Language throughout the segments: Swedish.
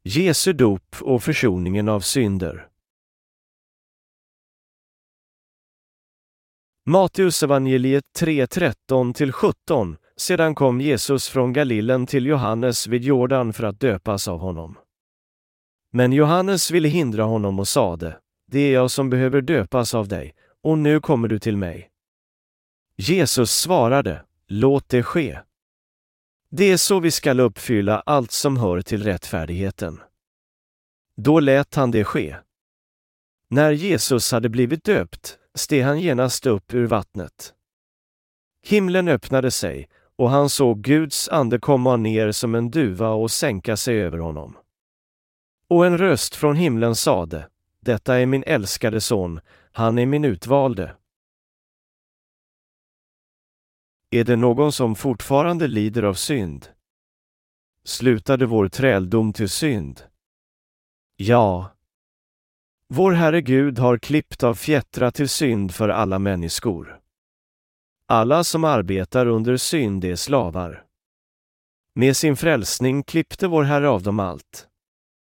Jesu dop och försoningen av synder. Matteusevangeliet 3:13-17. Sedan kom Jesus från Galileen till Johannes vid Jordan för att döpas av honom. Men Johannes ville hindra honom och sade: Det är jag som behöver döpas av dig, och nu kommer du till mig. Jesus svarade: Låt det ske. Det är så vi skall uppfylla allt som hör till rättfärdigheten. Då lät han det ske. När Jesus hade blivit döpt, steg han genast upp ur vattnet. Himlen öppnade sig, och han såg Guds ande komma ner som en duva och sänka sig över honom. Och en röst från himlen sade: Detta är min älskade son, han är min utvalde. Är det någon som fortfarande lider av synd? Slutade vår träldom till synd? Ja. Vår Herre Gud har klippt av fjättra till synd för alla människor. Alla som arbetar under synd är slavar. Med sin frälsning klippte vår Herre av dem allt.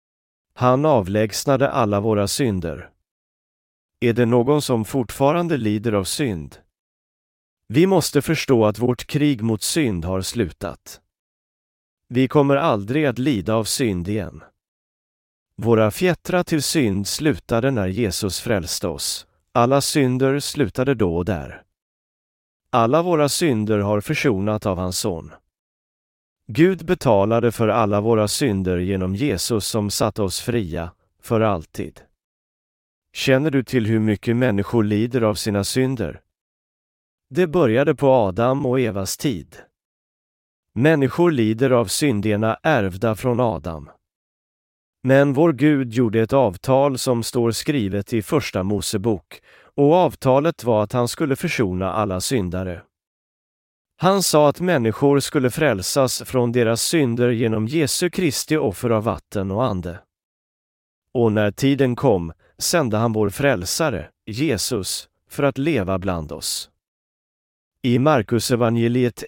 Han avlägsnade alla våra synder. Är det någon som fortfarande lider av synd? Vi måste förstå att vårt krig mot synd har slutat. Vi kommer aldrig att lida av synd igen. Våra fjättra till synd slutade när Jesus frälste oss. Alla synder slutade då och där. Alla våra synder har försonat av hans son. Gud betalade för alla våra synder genom Jesus som satte oss fria, för alltid. Känner du till hur mycket människor lider av sina synder? Det började på Adam och Evas tid. Människor lider av synderna ärvda från Adam. Men vår Gud gjorde ett avtal som står skrivet i Första Mosebok, och avtalet var att han skulle försona alla syndare. Han sa att människor skulle frälsas från deras synder genom Jesu Kristi offer av vatten och ande. Och när tiden kom, sände han vår frälsare, Jesus, för att leva bland oss. I Markusevangeliet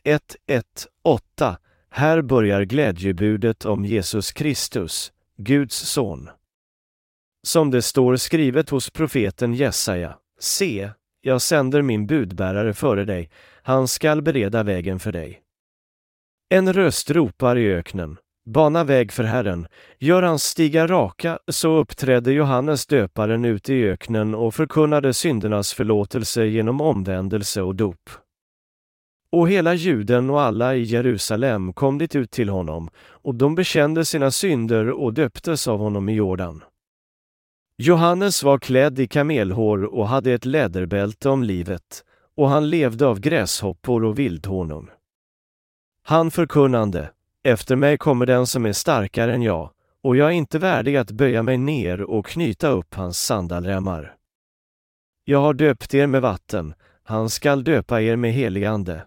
1:1-8, här börjar glädjebudet om Jesus Kristus, Guds son. Som det står skrivet hos profeten Jesaja: Se, jag sänder min budbärare före dig, han skall bereda vägen för dig. En röst ropar i öknen: Bana väg för Herren, gör hans stigar raka. Så uppträdde Johannes döparen ute i öknen och förkunnade syndernas förlåtelse genom omvändelse och dop. Och hela Juden och alla i Jerusalem kom dit ut till honom, och de bekände sina synder och döptes av honom i Jordan. Johannes var klädd i kamelhår och hade ett läderbälte om livet, och han levde av gräshoppor och vildhonung. Han förkunnande: Efter mig kommer den som är starkare än jag, och jag är inte värdig att böja mig ner och knyta upp hans sandalremmar. Jag har döpt er med vatten, han skall döpa er med helig ande.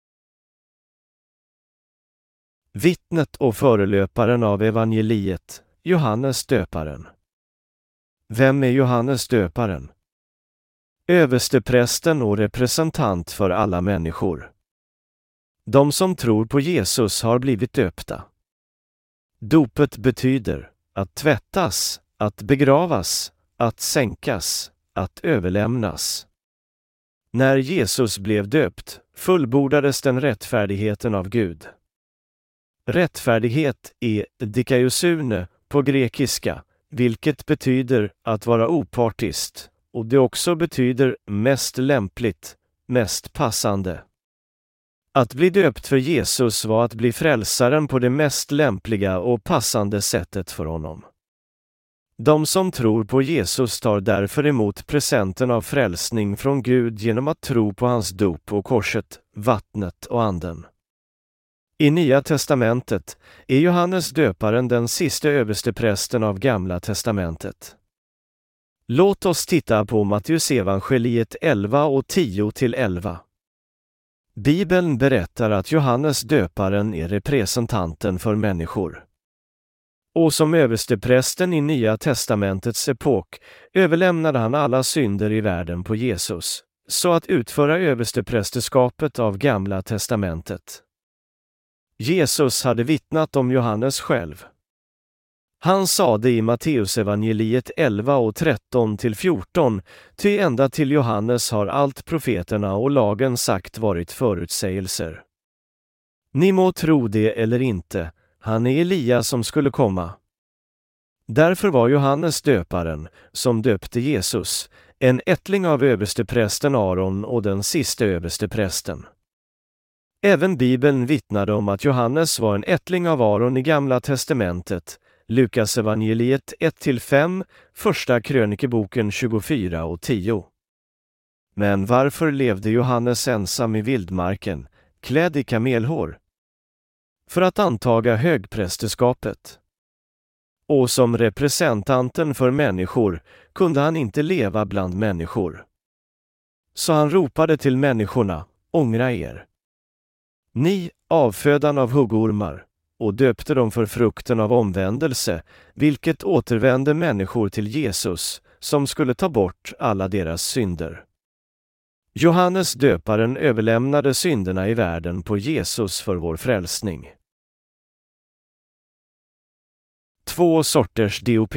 Vittnet och förelöparen av evangeliet, Johannes döparen. Vem är Johannes döparen? Översteprästen och representant för alla människor. De som tror på Jesus har blivit döpta. Dopet betyder att tvättas, att begravas, att sänkas, att överlämnas. När Jesus blev döpt, fullbordades den rättfärdigheten av Gud. Rättfärdighet är dikaiosune på grekiska, vilket betyder att vara opartiskt, och det också betyder mest lämpligt, mest passande. Att bli döpt för Jesus var att bli frälsaren på det mest lämpliga och passande sättet för honom. De som tror på Jesus tar därför emot presenten av frälsning från Gud genom att tro på hans dop och korset, vattnet och anden. I Nya testamentet är Johannes döparen den sista översteprästen av Gamla testamentet. Låt oss titta på Matteusevangeliet 11:10-11. Bibeln berättar att Johannes döparen är representanten för människor. Och som översteprästen i Nya testamentets epok överlämnade han alla synder i världen på Jesus, så att utföra översteprästerskapet av Gamla testamentet. Jesus hade vittnat om Johannes själv. Han sade i Matteusevangeliet 11 och 13-14, ty ända till Johannes har allt profeterna och lagen sagt varit förutsägelser. Ni må tro det eller inte, han är Elia som skulle komma. Därför var Johannes döparen, som döpte Jesus, en ättling av översteprästen Aron och den siste översteprästen. Även Bibeln vittnade om att Johannes var en ättling av Aron i Gamla testamentet, Lukas evangeliet 1-5, Första krönikeboken 24 och 10. Men varför levde Johannes ensam i vildmarken, klädd i kamelhår? För att antaga högprästerskapet. Och som representanten för människor kunde han inte leva bland människor. Så han ropade till människorna, ångra er. Ni, avfödan av huggormar, och döpte dem för frukten av omvändelse, vilket återvände människor till Jesus, som skulle ta bort alla deras synder. Johannes döparen överlämnade synderna i världen på Jesus för vår frälsning. 2 sorters dop.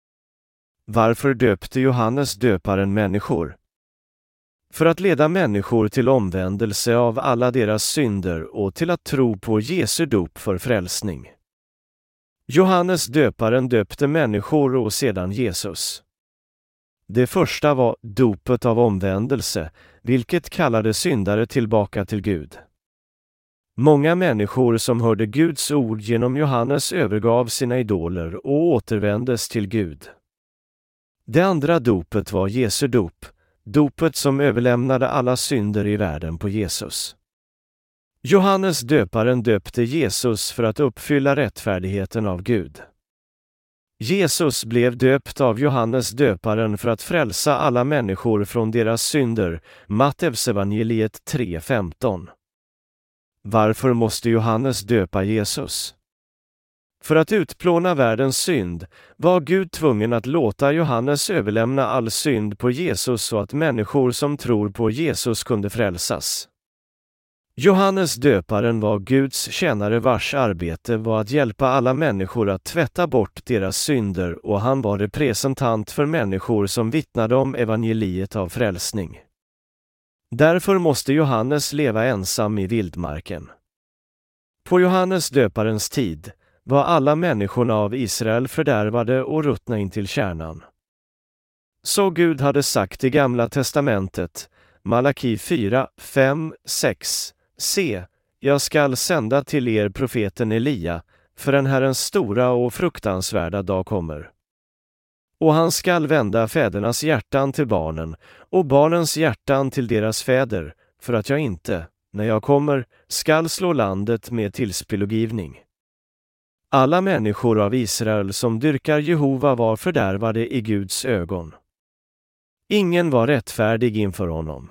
Varför döpte Johannes döparen människor? För att leda människor till omvändelse av alla deras synder och till att tro på Jesu dop för frälsning. Johannes döparen döpte människor och sedan Jesus. Det första var dopet av omvändelse, vilket kallade syndare tillbaka till Gud. Många människor som hörde Guds ord genom Johannes övergav sina idoler och återvändes till Gud. Det andra dopet var Jesu dop, dopet som överlämnade alla synder i världen på Jesus. Johannes döparen döpte Jesus för att uppfylla rättfärdigheten av Gud. Jesus blev döpt av Johannes döparen för att frälsa alla människor från deras synder, Matteusevangeliet 3:15. Varför måste Johannes döpa Jesus? För att utplåna världens synd var Gud tvungen att låta Johannes överlämna all synd på Jesus så att människor som tror på Jesus kunde frälsas. Johannes döparen var Guds tjänare vars arbete var att hjälpa alla människor att tvätta bort deras synder, och han var representant för människor som vittnade om evangeliet av frälsning. Därför måste Johannes leva ensam i vildmarken. På Johannes döparens tid var alla människorna av Israel fördärvade och ruttna in till kärnan. Så Gud hade sagt i Gamla testamentet, Malaki 4, 5, 6, se, jag skall sända till er profeten Elia, för en Herrens stora och fruktansvärda dag kommer. Och han skall vända fädernas hjärtan till barnen, och barnens hjärtan till deras fäder, för att jag inte, när jag kommer, skall slå landet med tillspillogivning. Alla människor av Israel som dyrkar Jehova var fördärvade i Guds ögon. Ingen var rättfärdig inför honom.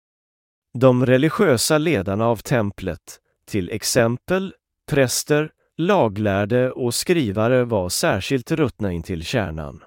De religiösa ledarna av templet, till exempel präster, laglärde och skrivare, var särskilt ruttna in till kärnan.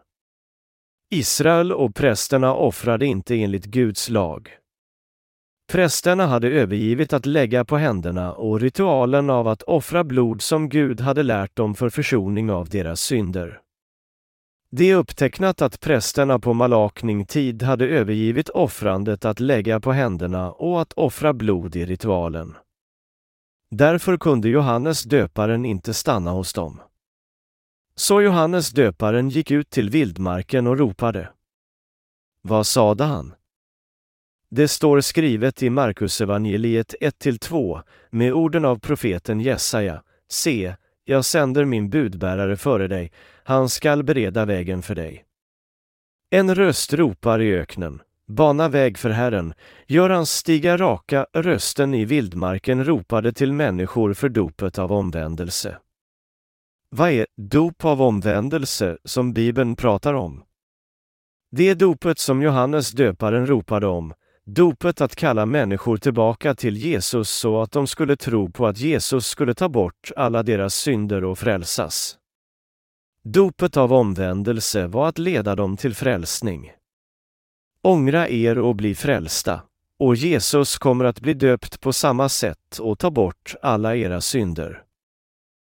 Israel och prästerna offrade inte enligt Guds lag. Prästerna hade övergivit att lägga på händerna och ritualen av att offra blod som Gud hade lärt dem för försoning av deras synder. Det är upptecknat att prästerna på Malakning-tid hade övergivit offrandet att lägga på händerna och att offra blod i ritualen. Därför kunde Johannes döparen inte stanna hos dem. Så Johannes döparen gick ut till vildmarken och ropade. Vad sade han? Det står skrivet i Markusevangeliet 1-2 med orden av profeten Jesaja, se, jag sänder min budbärare före dig, han skall bereda vägen för dig. En röst ropar i öknen, bana väg för Herren, gör hans stigar raka, rösten i vildmarken ropade till människor för dopet av omvändelse. Vad är dop av omvändelse som Bibeln pratar om? Det är dopet som Johannes döparen ropade om, dopet att kalla människor tillbaka till Jesus så att de skulle tro på att Jesus skulle ta bort alla deras synder och frälsas. Dopet av omvändelse var att leda dem till frälsning. Ångra er och bli frälsta, och Jesus kommer att bli döpt på samma sätt och ta bort alla era synder.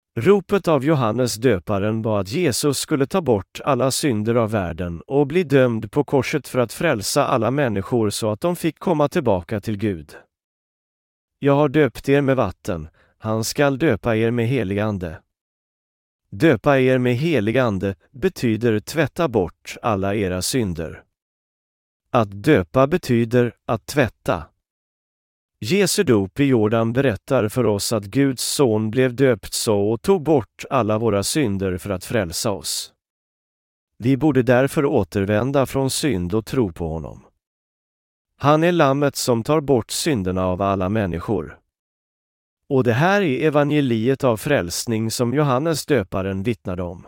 Ropet av Johannes döparen var att Jesus skulle ta bort alla synder av världen och bli dömd på korset för att frälsa alla människor så att de fick komma tillbaka till Gud. Jag har döpt er med vatten, han skall döpa er med helig ande. Döpa er med helig ande betyder tvätta bort alla era synder. Att döpa betyder att tvätta. Jesu dop i Jordan berättar för oss att Guds son blev döpt så och tog bort alla våra synder för att frälsa oss. Vi borde därför återvända från synd och tro på honom. Han är lammet som tar bort synderna av alla människor. Och det här är evangeliet av frälsning som Johannes döparen vittnade om.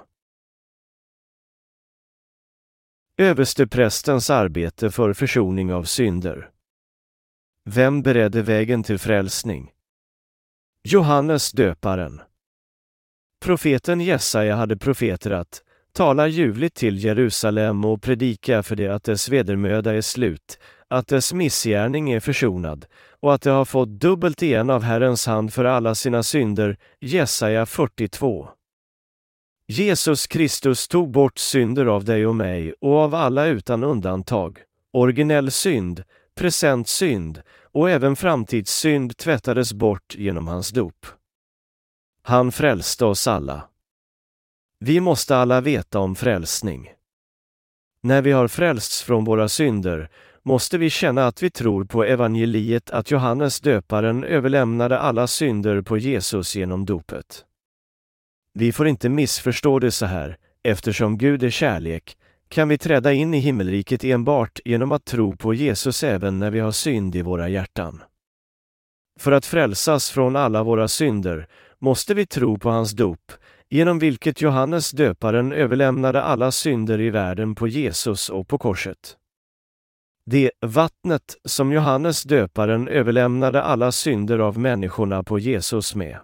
Översteprästens arbete för försoning av synder. Vem beredde vägen till frälsning? Johannes döparen. Profeten Jesaja hade profeterat: tala ljuvligt till Jerusalem och predika för det att dess vedermöda är slut, att dess missgärning är försonad, och att det har fått dubbelt igen av Herrens hand för alla sina synder. Jesaja 42. Jesus Kristus tog bort synder av dig och mig och av alla utan undantag. Originell synd, presentsynd och även framtidssynd tvättades bort genom hans dop. Han frälste oss alla. Vi måste alla veta om frälsning. När vi har frälsts från våra synder måste vi känna att vi tror på evangeliet att Johannes döparen överlämnade alla synder på Jesus genom dopet. Vi får inte missförstå det så här: eftersom Gud är kärlek kan vi träda in i himmelriket enbart genom att tro på Jesus även när vi har synd i våra hjärtan. För att frälsas från alla våra synder måste vi tro på hans dop, genom vilket Johannes döparen överlämnade alla synder i världen på Jesus och på korset. Det vattnet som Johannes döparen överlämnade alla synder av människorna på Jesus med.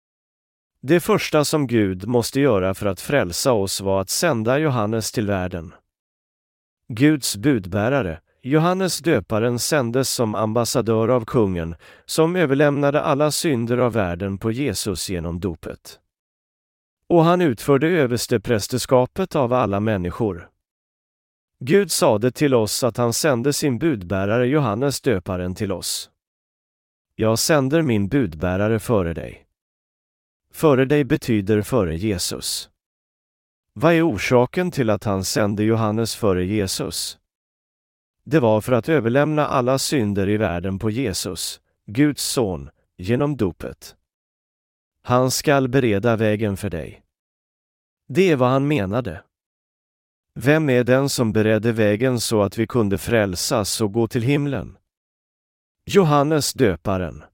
Det första som Gud måste göra för att frälsa oss var att sända Johannes till världen. Guds budbärare, Johannes döparen, sändes som ambassadör av kungen, som överlämnade alla synder av världen på Jesus genom dopet. Och han utförde översteprästerskapet av alla människor. Gud sade till oss att han sände sin budbärare Johannes döparen till oss. Jag sänder min budbärare före dig. Före dig betyder före Jesus. Vad är orsaken till att han sände Johannes före Jesus? Det var för att överlämna alla synder i världen på Jesus, Guds son, genom dopet. Han skall bereda vägen för dig. Det är vad han menade. Vem är den som beredde vägen så att vi kunde frälsas och gå till himlen? Johannes döparen.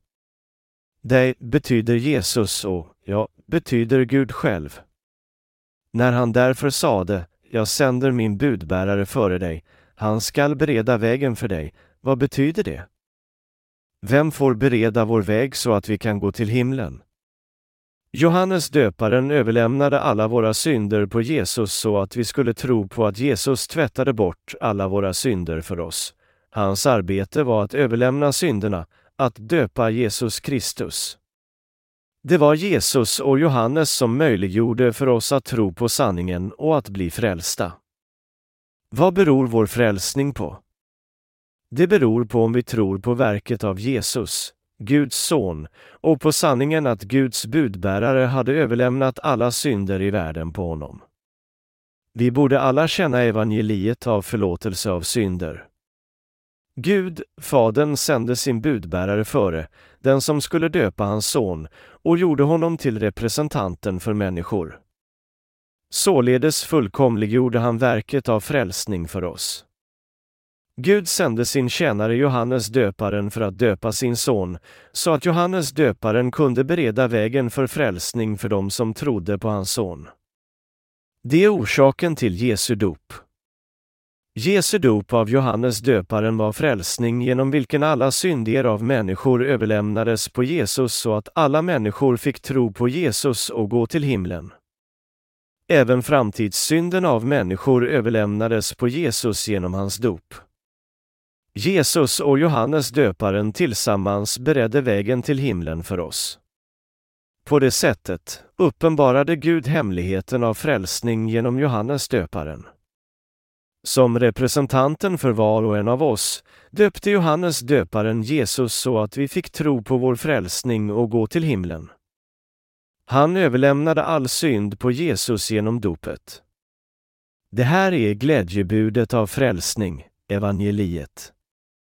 Det betyder Jesus och, betyder Gud själv. När han därför sade, jag sänder min budbärare före dig, han skall bereda vägen för dig, vad betyder det? Vem får bereda vår väg så att vi kan gå till himlen? Johannes döparen överlämnade alla våra synder på Jesus så att vi skulle tro på att Jesus tvättade bort alla våra synder för oss. Hans arbete var att överlämna synderna, att döpa Jesus Kristus. Det var Jesus och Johannes som möjliggjorde för oss att tro på sanningen och att bli frälsta. Vad beror vår frälsning på? Det beror på om vi tror på verket av Jesus, Guds son, och på sanningen att Guds budbärare hade överlämnat alla synder i världen på honom. Vi borde alla känna evangeliet av förlåtelse av synder. Gud, Fadern, sände sin budbärare före, den som skulle döpa hans son, och gjorde honom till representanten för människor. Således fullkomliggjorde han verket av frälsning för oss. Gud sände sin tjänare Johannes döparen för att döpa sin son, så att Johannes döparen kunde bereda vägen för frälsning för dem som trodde på hans son. Det är orsaken till Jesu dop. Jesu dop av Johannes döparen var frälsning genom vilken alla synder av människor överlämnades på Jesus så att alla människor fick tro på Jesus och gå till himlen. Även framtidssynden av människor överlämnades på Jesus genom hans dop. Jesus och Johannes döparen tillsammans beredde vägen till himlen för oss. På det sättet uppenbarade Gud hemligheten av frälsning genom Johannes döparen. Som representanten för var och en av oss döpte Johannes döparen Jesus så att vi fick tro på vår frälsning och gå till himlen. Han överlämnade all synd på Jesus genom dopet. Det här är glädjebudet av frälsning, evangeliet.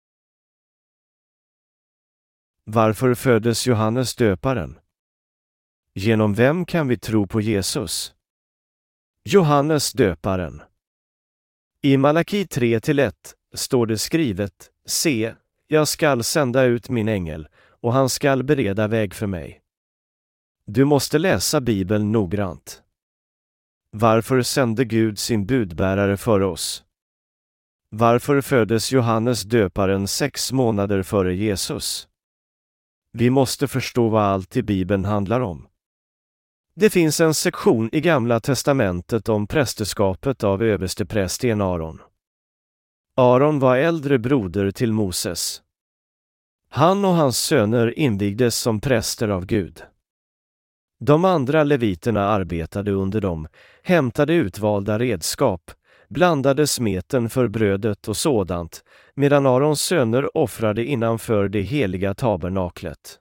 Varför föddes Johannes döparen? Genom vem kan vi tro på Jesus? Johannes döparen. I Malaki 3-1 står det skrivet: Se, jag skall sända ut min ängel, och han skall bereda väg för mig. Du måste läsa Bibeln noggrant. Varför sände Gud sin budbärare för oss? Varför föddes Johannes döparen 6 månader före Jesus? Vi måste förstå vad allt i Bibeln handlar om. Det finns en sektion i Gamla testamentet om prästerskapet av översteprästen Aron. Aron var äldre broder till Moses. Han och hans söner invigdes som präster av Gud. De andra leviterna arbetade under dem, hämtade utvalda redskap, blandade smeten för brödet och sådant, medan Arons söner offrade innanför det heliga tabernaklet.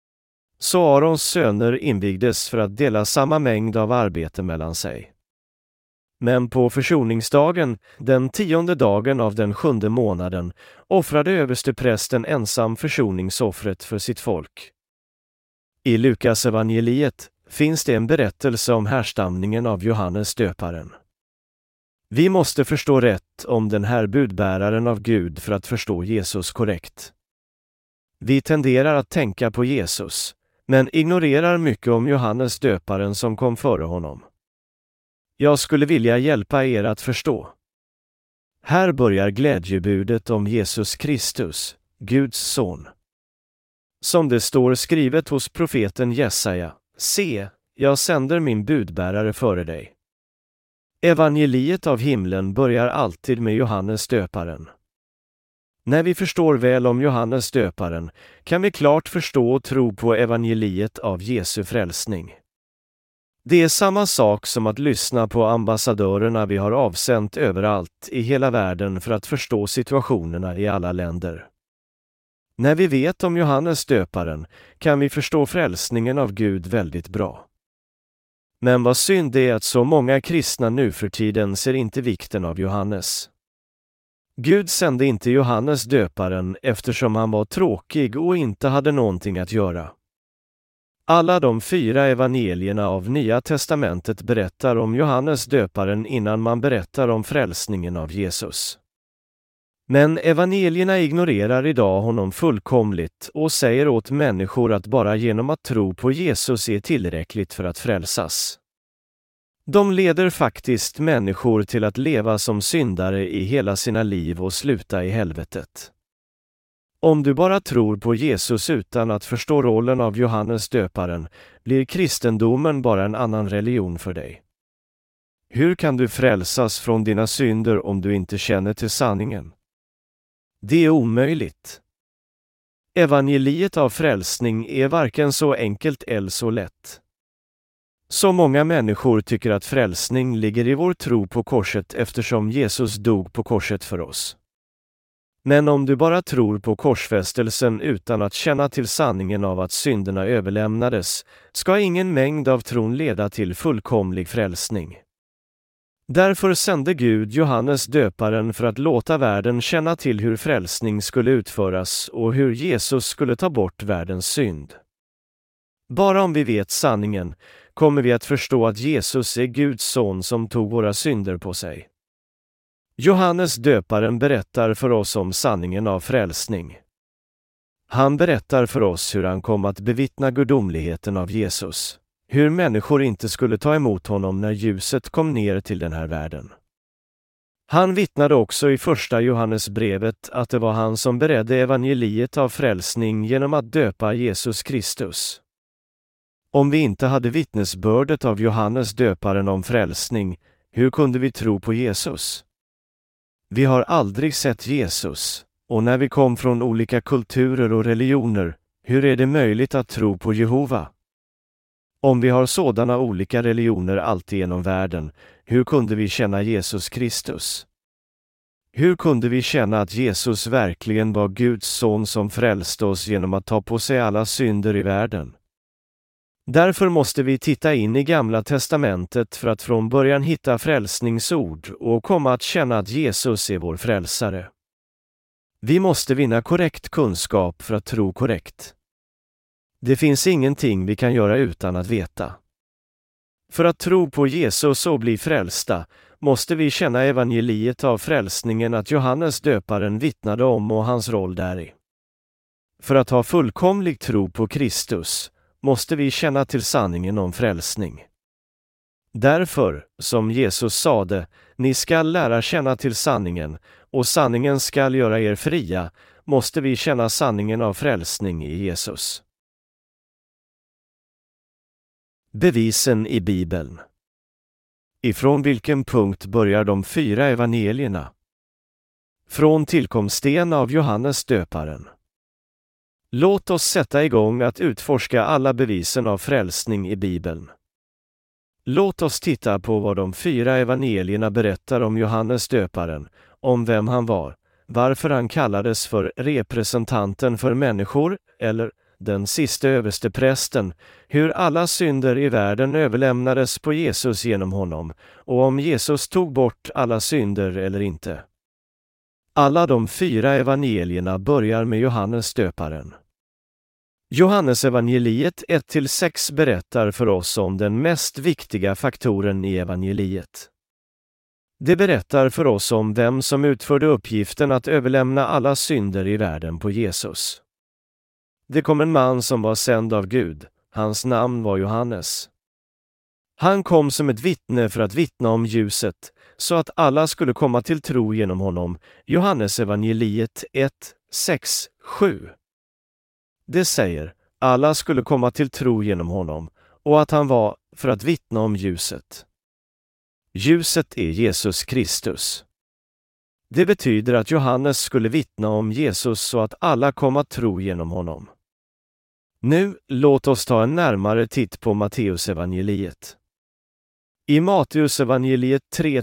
Så Arons söner invigdes för att dela samma mängd av arbete mellan sig. Men på försoningsdagen, den 10:e dagen av den 7:e månaden, offrade översteprästen ensam försoningsoffret för sitt folk. I Lukas evangeliet finns det en berättelse om härstamningen av Johannes döparen. Vi måste förstå rätt om den här budbäraren av Gud för att förstå Jesus korrekt. Vi tenderar att tänka på Jesus, men ignorerar mycket om Johannes döparen som kom före honom. Jag skulle vilja hjälpa er att förstå. Här börjar glädjebudet om Jesus Kristus, Guds son. Som det står skrivet hos profeten Jesaja: Se, jag sänder min budbärare före dig. Evangeliet av himlen börjar alltid med Johannes döparen. När vi förstår väl om Johannes döparen kan vi klart förstå och tro på evangeliet av Jesu frälsning. Det är samma sak som att lyssna på ambassadörerna vi har avsänt överallt i hela världen för att förstå situationerna i alla länder. När vi vet om Johannes döparen kan vi förstå frälsningen av Gud väldigt bra. Men vad synd det är att så många kristna nu för tiden ser inte vikten av Johannes. Gud sände inte Johannes döparen eftersom han var tråkig och inte hade någonting att göra. Alla de 4 evangelierna av Nya testamentet berättar om Johannes döparen innan man berättar om frälsningen av Jesus. Men evangelierna ignorerar idag honom fullkomligt och säger åt människor att bara genom att tro på Jesus är tillräckligt för att frälsas. De leder faktiskt människor till att leva som syndare i hela sina liv och sluta i helvetet. Om du bara tror på Jesus utan att förstå rollen av Johannes döparen, blir kristendomen bara en annan religion för dig. Hur kan du frälsas från dina synder om du inte känner till sanningen? Det är omöjligt. Evangeliet av frälsning är varken så enkelt eller så lätt. Så många människor tycker att frälsning ligger i vår tro på korset eftersom Jesus dog på korset för oss. Men om du bara tror på korsfästelsen utan att känna till sanningen av att synderna överlämnades, ska ingen mängd av tron leda till fullkomlig frälsning. Därför sände Gud Johannes döparen för att låta världen känna till hur frälsning skulle utföras och hur Jesus skulle ta bort världens synd. Bara om vi vet sanningen kommer vi att förstå att Jesus är Guds son som tog våra synder på sig. Johannes döparen berättar för oss om sanningen av frälsning. Han berättar för oss hur han kom att bevittna gudomligheten av Jesus, hur människor inte skulle ta emot honom när ljuset kom ner till den här världen. Han vittnade också i 1 Johannesbrevet att det var han som beredde evangeliet av frälsning genom att döpa Jesus Kristus. Om vi inte hade vittnesbördet av Johannes döparen om frälsning, hur kunde vi tro på Jesus? Vi har aldrig sett Jesus, och när vi kom från olika kulturer och religioner, hur är det möjligt att tro på Jehova? Om vi har sådana olika religioner alltid genom världen, hur kunde vi känna Jesus Kristus? Hur kunde vi känna att Jesus verkligen var Guds son som frälste oss genom att ta på sig alla synder i världen? Därför måste vi titta in i Gamla testamentet för att från början hitta frälsningsord och komma att känna att Jesus är vår frälsare. Vi måste vinna korrekt kunskap för att tro korrekt. Det finns ingenting vi kan göra utan att veta. För att tro på Jesus och bli frälsta måste vi känna evangeliet av frälsningen att Johannes döparen vittnade om och hans roll däri. För att ha fullkomlig tro på Kristus måste vi känna till sanningen om frälsning. Därför, som Jesus sade, ni skall lära känna till sanningen, och sanningen skall göra er fria, måste vi känna sanningen av frälsning i Jesus. Bevisen i Bibeln. Ifrån vilken punkt börjar de 4 evangelierna? Från tillkomsten av Johannes döparen. Låt oss sätta igång att utforska alla bevisen av frälsning i Bibeln. Låt oss titta på vad de 4 evangelierna berättar om Johannes döparen, om vem han var, varför han kallades för representanten för människor, eller den sista översteprästen, hur alla synder i världen överlämnades på Jesus genom honom, och om Jesus tog bort alla synder eller inte. Alla de 4 evangelierna börjar med Johannes döparen. Johannes evangeliet 1-6 berättar för oss om den mest viktiga faktoren i evangeliet. Det berättar för oss om vem som utförde uppgiften att överlämna alla synder i världen på Jesus. Det kom en man som var sänd av Gud, hans namn var Johannes. Han kom som ett vittne för att vittna om ljuset, så att alla skulle komma till tro genom honom. Johannes evangeliet 1:6-7. Det säger, alla skulle komma till tro genom honom, och att han var för att vittna om ljuset. Ljuset är Jesus Kristus. Det betyder att Johannes skulle vittna om Jesus så att alla kom att tro genom honom. Nu, låt oss ta en närmare titt på Matteusevangeliet. I Matteusevangeliet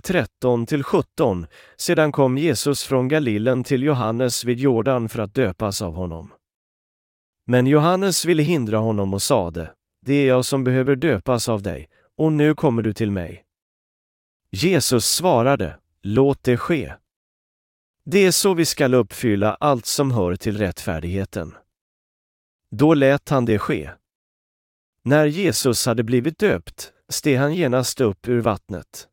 3:13-17, sedan kom Jesus från Galileen till Johannes vid Jordan för att döpas av honom. Men Johannes ville hindra honom och sade, det är jag som behöver döpas av dig, och nu kommer du till mig. Jesus svarade, låt det ske. Det är så vi skall uppfylla allt som hör till rättfärdigheten. Då lät han det ske. När Jesus hade blivit döpt, steg han genast upp ur vattnet.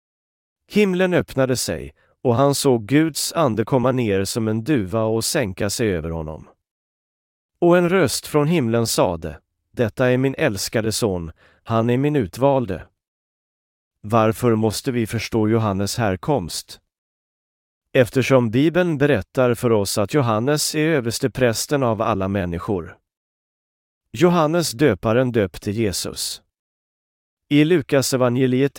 Himlen öppnade sig, och han såg Guds ande komma ner som en duva och sänka sig över honom. Och en röst från himlen sade, detta är min älskade son, han är min utvalde. Varför måste vi förstå Johannes härkomst? Eftersom Bibeln berättar för oss att Johannes är översteprästen av alla människor. Johannes döparen döpte Jesus. I Lukas evangeliet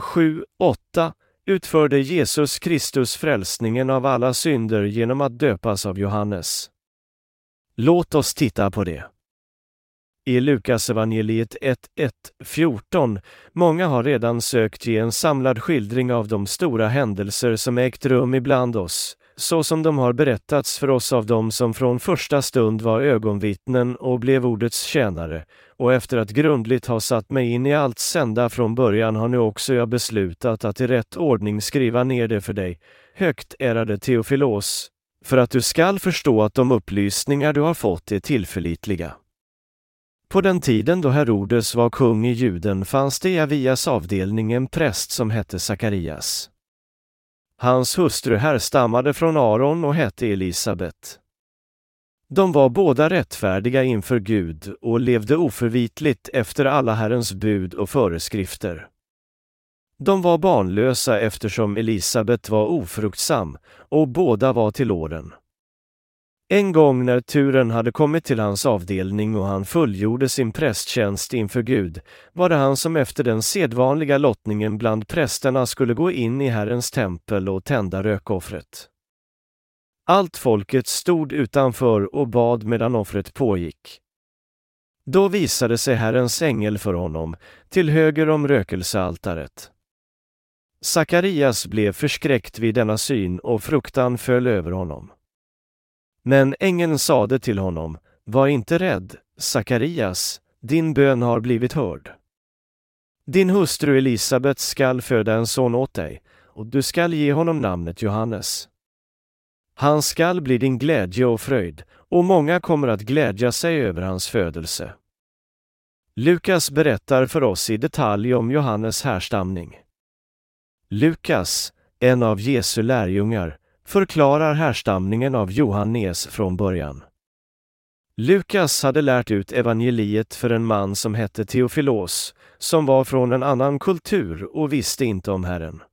1:7-8 utförde Jesus Kristus frälsningen av alla synder genom att döpas av Johannes. Låt oss titta på det. I Lukas evangeliet 1:1-14, många har redan sökt ge en samlad skildring av de stora händelser som ägt rum ibland oss, så som de har berättats för oss av dem som från första stund var ögonvittnen och blev ordets tjänare, och efter att grundligt ha satt mig in i allt sända från början har nu också jag beslutat att i rätt ordning skriva ner det för dig, högt ärade Teofilos, för att du skall förstå att de upplysningar du har fått är tillförlitliga. På den tiden då Herodes var kung i Juden fanns det i Avias avdelning en präst som hette Sakarias. Hans hustru härstammade från Aron och hette Elisabet. De var båda rättfärdiga inför Gud och levde oförvitligt efter alla Herrens bud och föreskrifter. De var barnlösa eftersom Elisabet var ofruktsam och båda var till åren. En gång när turen hade kommit till hans avdelning och han fullgjorde sin prästtjänst inför Gud, var det han som efter den sedvanliga lottningen bland prästerna skulle gå in i Herrens tempel och tända rökoffret. Allt folket stod utanför och bad medan offret pågick. Då visade sig Herrens ängel för honom, till höger om rökelsealtaret. Sakarias blev förskräckt vid denna syn och fruktan föll över honom. Men ängeln sade till honom: var inte rädd, Sakarias, din bön har blivit hörd. Din hustru Elisabet skall föda en son åt dig, och du skall ge honom namnet Johannes. Han skall bli din glädje och fröjd, och många kommer att glädja sig över hans födelse. Lukas berättar för oss i detalj om Johannes härstamning. Lukas, en av Jesu lärjungar, förklarar härstamningen av Johannes från början. Lukas hade lärt ut evangeliet för en man som hette Teofilos, som var från en annan kultur och visste inte om Herren.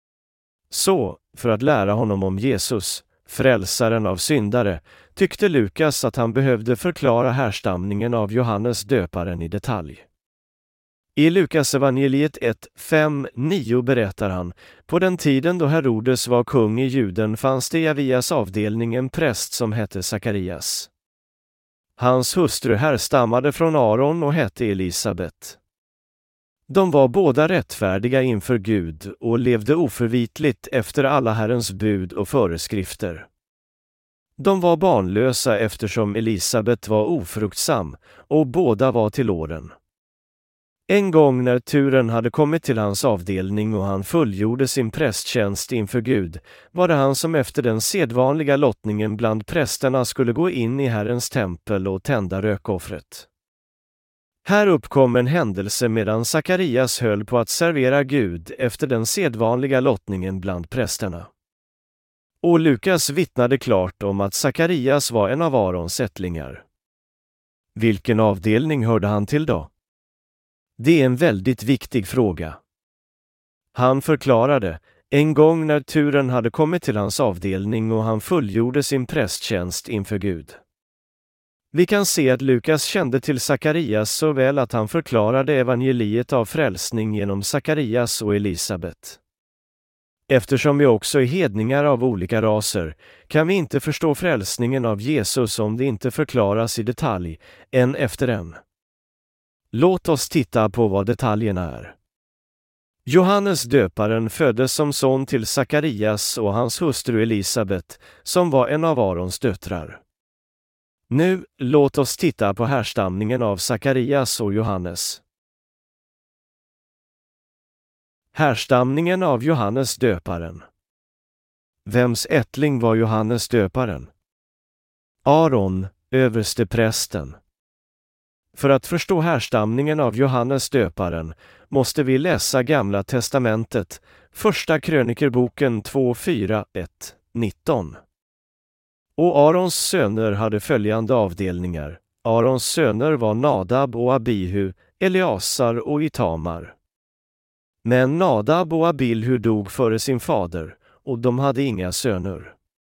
Så, för att lära honom om Jesus, frälsaren av syndare, tyckte Lukas att han behövde förklara härstamningen av Johannes döparen i detalj. I Lukas evangeliet 1:5-9 berättar han: på den tiden då Herodes var kung i Juden fanns det i Avias avdelning en präst som hette Sakarias. Hans hustru härstammade från Aron och hette Elisabet. De var båda rättfärdiga inför Gud och levde oförvitligt efter alla Herrens bud och föreskrifter. De var barnlösa eftersom Elisabet var ofruktsam och båda var till åren. En gång när turen hade kommit till hans avdelning och han fullgjorde sin prästtjänst inför Gud, var det han som efter den sedvanliga lottningen bland prästerna skulle gå in i Herrens tempel och tända rökoffret. Här uppkom en händelse medan Sakarias höll på att servera Gud efter den sedvanliga lottningen bland prästerna. Och Lukas vittnade klart om att Sakarias var en av Arons ättlingar. Vilken avdelning hörde han till då? Det är en väldigt viktig fråga. Han förklarade: en gång när turen hade kommit till hans avdelning och han fullgjorde sin prästtjänst inför Gud. Vi kan se att Lukas kände till Sakarias så väl att han förklarade evangeliet av frälsning genom Sakarias och Elisabet. Eftersom vi också är hedningar av olika raser, kan vi inte förstå frälsningen av Jesus om det inte förklaras i detalj, en efter en. Låt oss titta på vad detaljerna är. Johannes döparen föddes som son till Sakarias och hans hustru Elisabet, som var en av Arons döttrar. Nu, låt oss titta på härstamningen av Sakarias och Johannes. Härstamningen av Johannes döparen. Vems ättling var Johannes döparen? Aron, översteprästen. För att förstå härstamningen av Johannes döparen måste vi läsa Gamla testamentet, Första krönikerboken 2:4-1-19. Och Arons söner hade följande avdelningar. Arons söner var Nadab och Abihu, Eleasar och Itamar. Men Nadab och Abihu dog före sin fader, och de hade inga söner.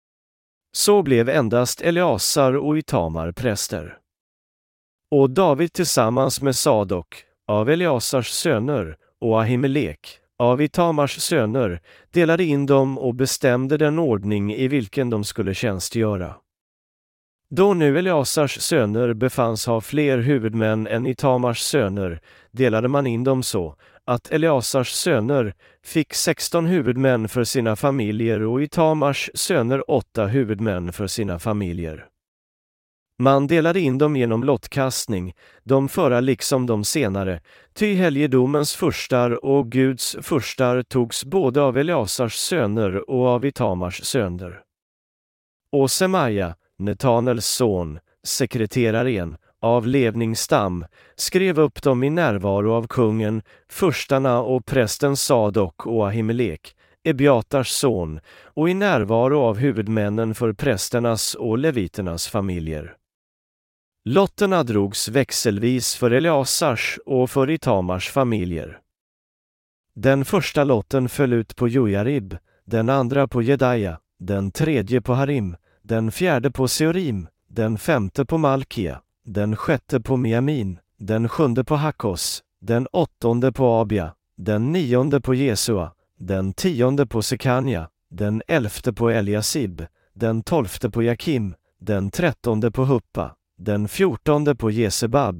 Så blev endast Eleasar och Itamar präster. Och David tillsammans med Sadok, av Eleasars söner, och Ahimelek, av Itamars söner, delade in dem och bestämde den ordning i vilken de skulle tjänstgöra. Då nu Eleasars söner befanns ha fler huvudmän än Itamars söner, delade man in dem så, att Eleasars söner fick 16 huvudmän för sina familjer och Itamars söner 8 huvudmän för sina familjer. Man delade in dem genom lottkastning, de förra liksom de senare, ty helgedomens furstar och Guds furstar togs både av Eleasars söner och av Itamars söner. Och Semaja, Netanels son, sekreteraren, av levningsstam, skrev upp dem i närvaro av kungen, furstarna och prästen Sadok och Ahimelek, Ebiatars son, och i närvaro av huvudmännen för prästernas och leviternas familjer. Lotterna drogs växelvis för Eleasars och för Itamars familjer. Den första lotten föll ut på Jojarib, den andra på Jedaja, den tredje på Harim, den fjärde på Seorim, den femte på Malkia, den sjätte på Miamin, den sjunde på Hakos, den åttonde på Abia, den nionde på Jesua, den tionde på Sekania, den 11:e på Eliasib, den 12:e på Jakim, den 13:e på Huppa, den 14:e på Jesebab,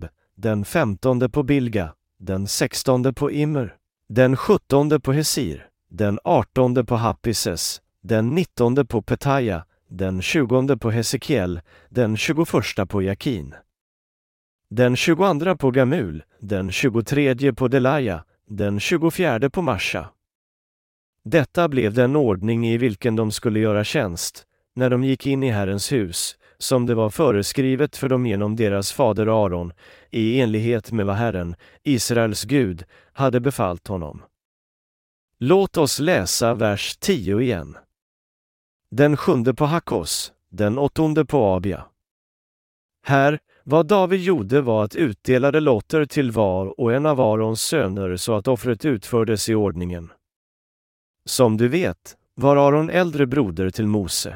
den 15:e på Bilga, den 16:e på Immer, den 17:e på Hesir, den 18:e på Happises, den 19:e på Petaja, den 20:e på Hesekiel, den 21:a på Jakin, den 22:a på Gamul, den 23:e på Delaja, den 24:e på Marsha. Detta blev den ordning i vilken de skulle göra tjänst, när de gick in i Herrens hus, som det var föreskrivet för dem genom deras fader Aron, i enlighet med vad Herren, Israels Gud, hade befallt honom. Låt oss läsa vers 10 igen. Den 7:e på Hakos, den 8:e på Abia. Här, vad David gjorde var att utdelade lotter till var och en av Arons söner så att offret utfördes i ordningen. Som du vet, var Aron äldre broder till Mose.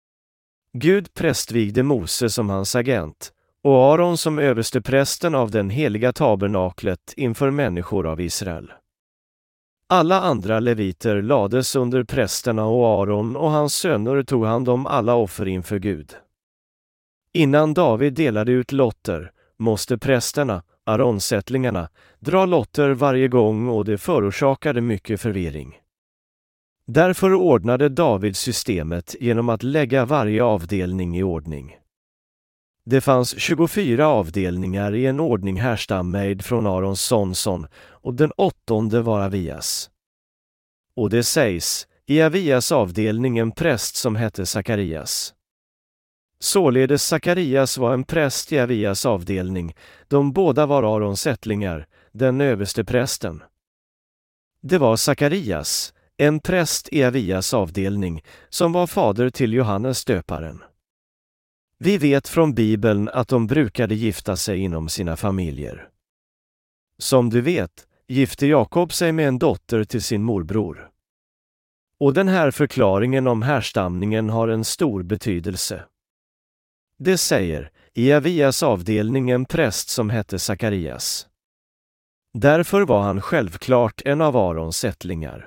Gud prästvigde Mose som hans agent, och Aron som översteprästen av den heliga tabernaklet inför människor av Israel. Alla andra leviter lades under prästerna och Aron och hans söner tog hand om alla offer inför Gud. Innan David delade ut lotter, måste prästerna, aronsättlingarna, dra lotter varje gång och det förorsakade mycket förvirring. Därför ordnade David systemet genom att lägga varje avdelning i ordning. Det fanns 24 avdelningar i en ordning härstammad från Arons sonson, och den 8:e var Avias. Och det sägs, i Avias avdelning en präst som hette Sakarias. Således Sakarias var en präst i Avias avdelning, de båda var Arons ättlingar, den överste prästen. Det var Sakarias, en präst i Avias avdelning, som var fader till Johannes döparen. Vi vet från Bibeln att de brukade gifta sig inom sina familjer. Som du vet, gifte Jakob sig med en dotter till sin morbror. Och den här förklaringen om härstamningen har en stor betydelse. Det säger, i Avias avdelning en präst som hette Sakarias. Därför var han självklart en av Arons ättlingar.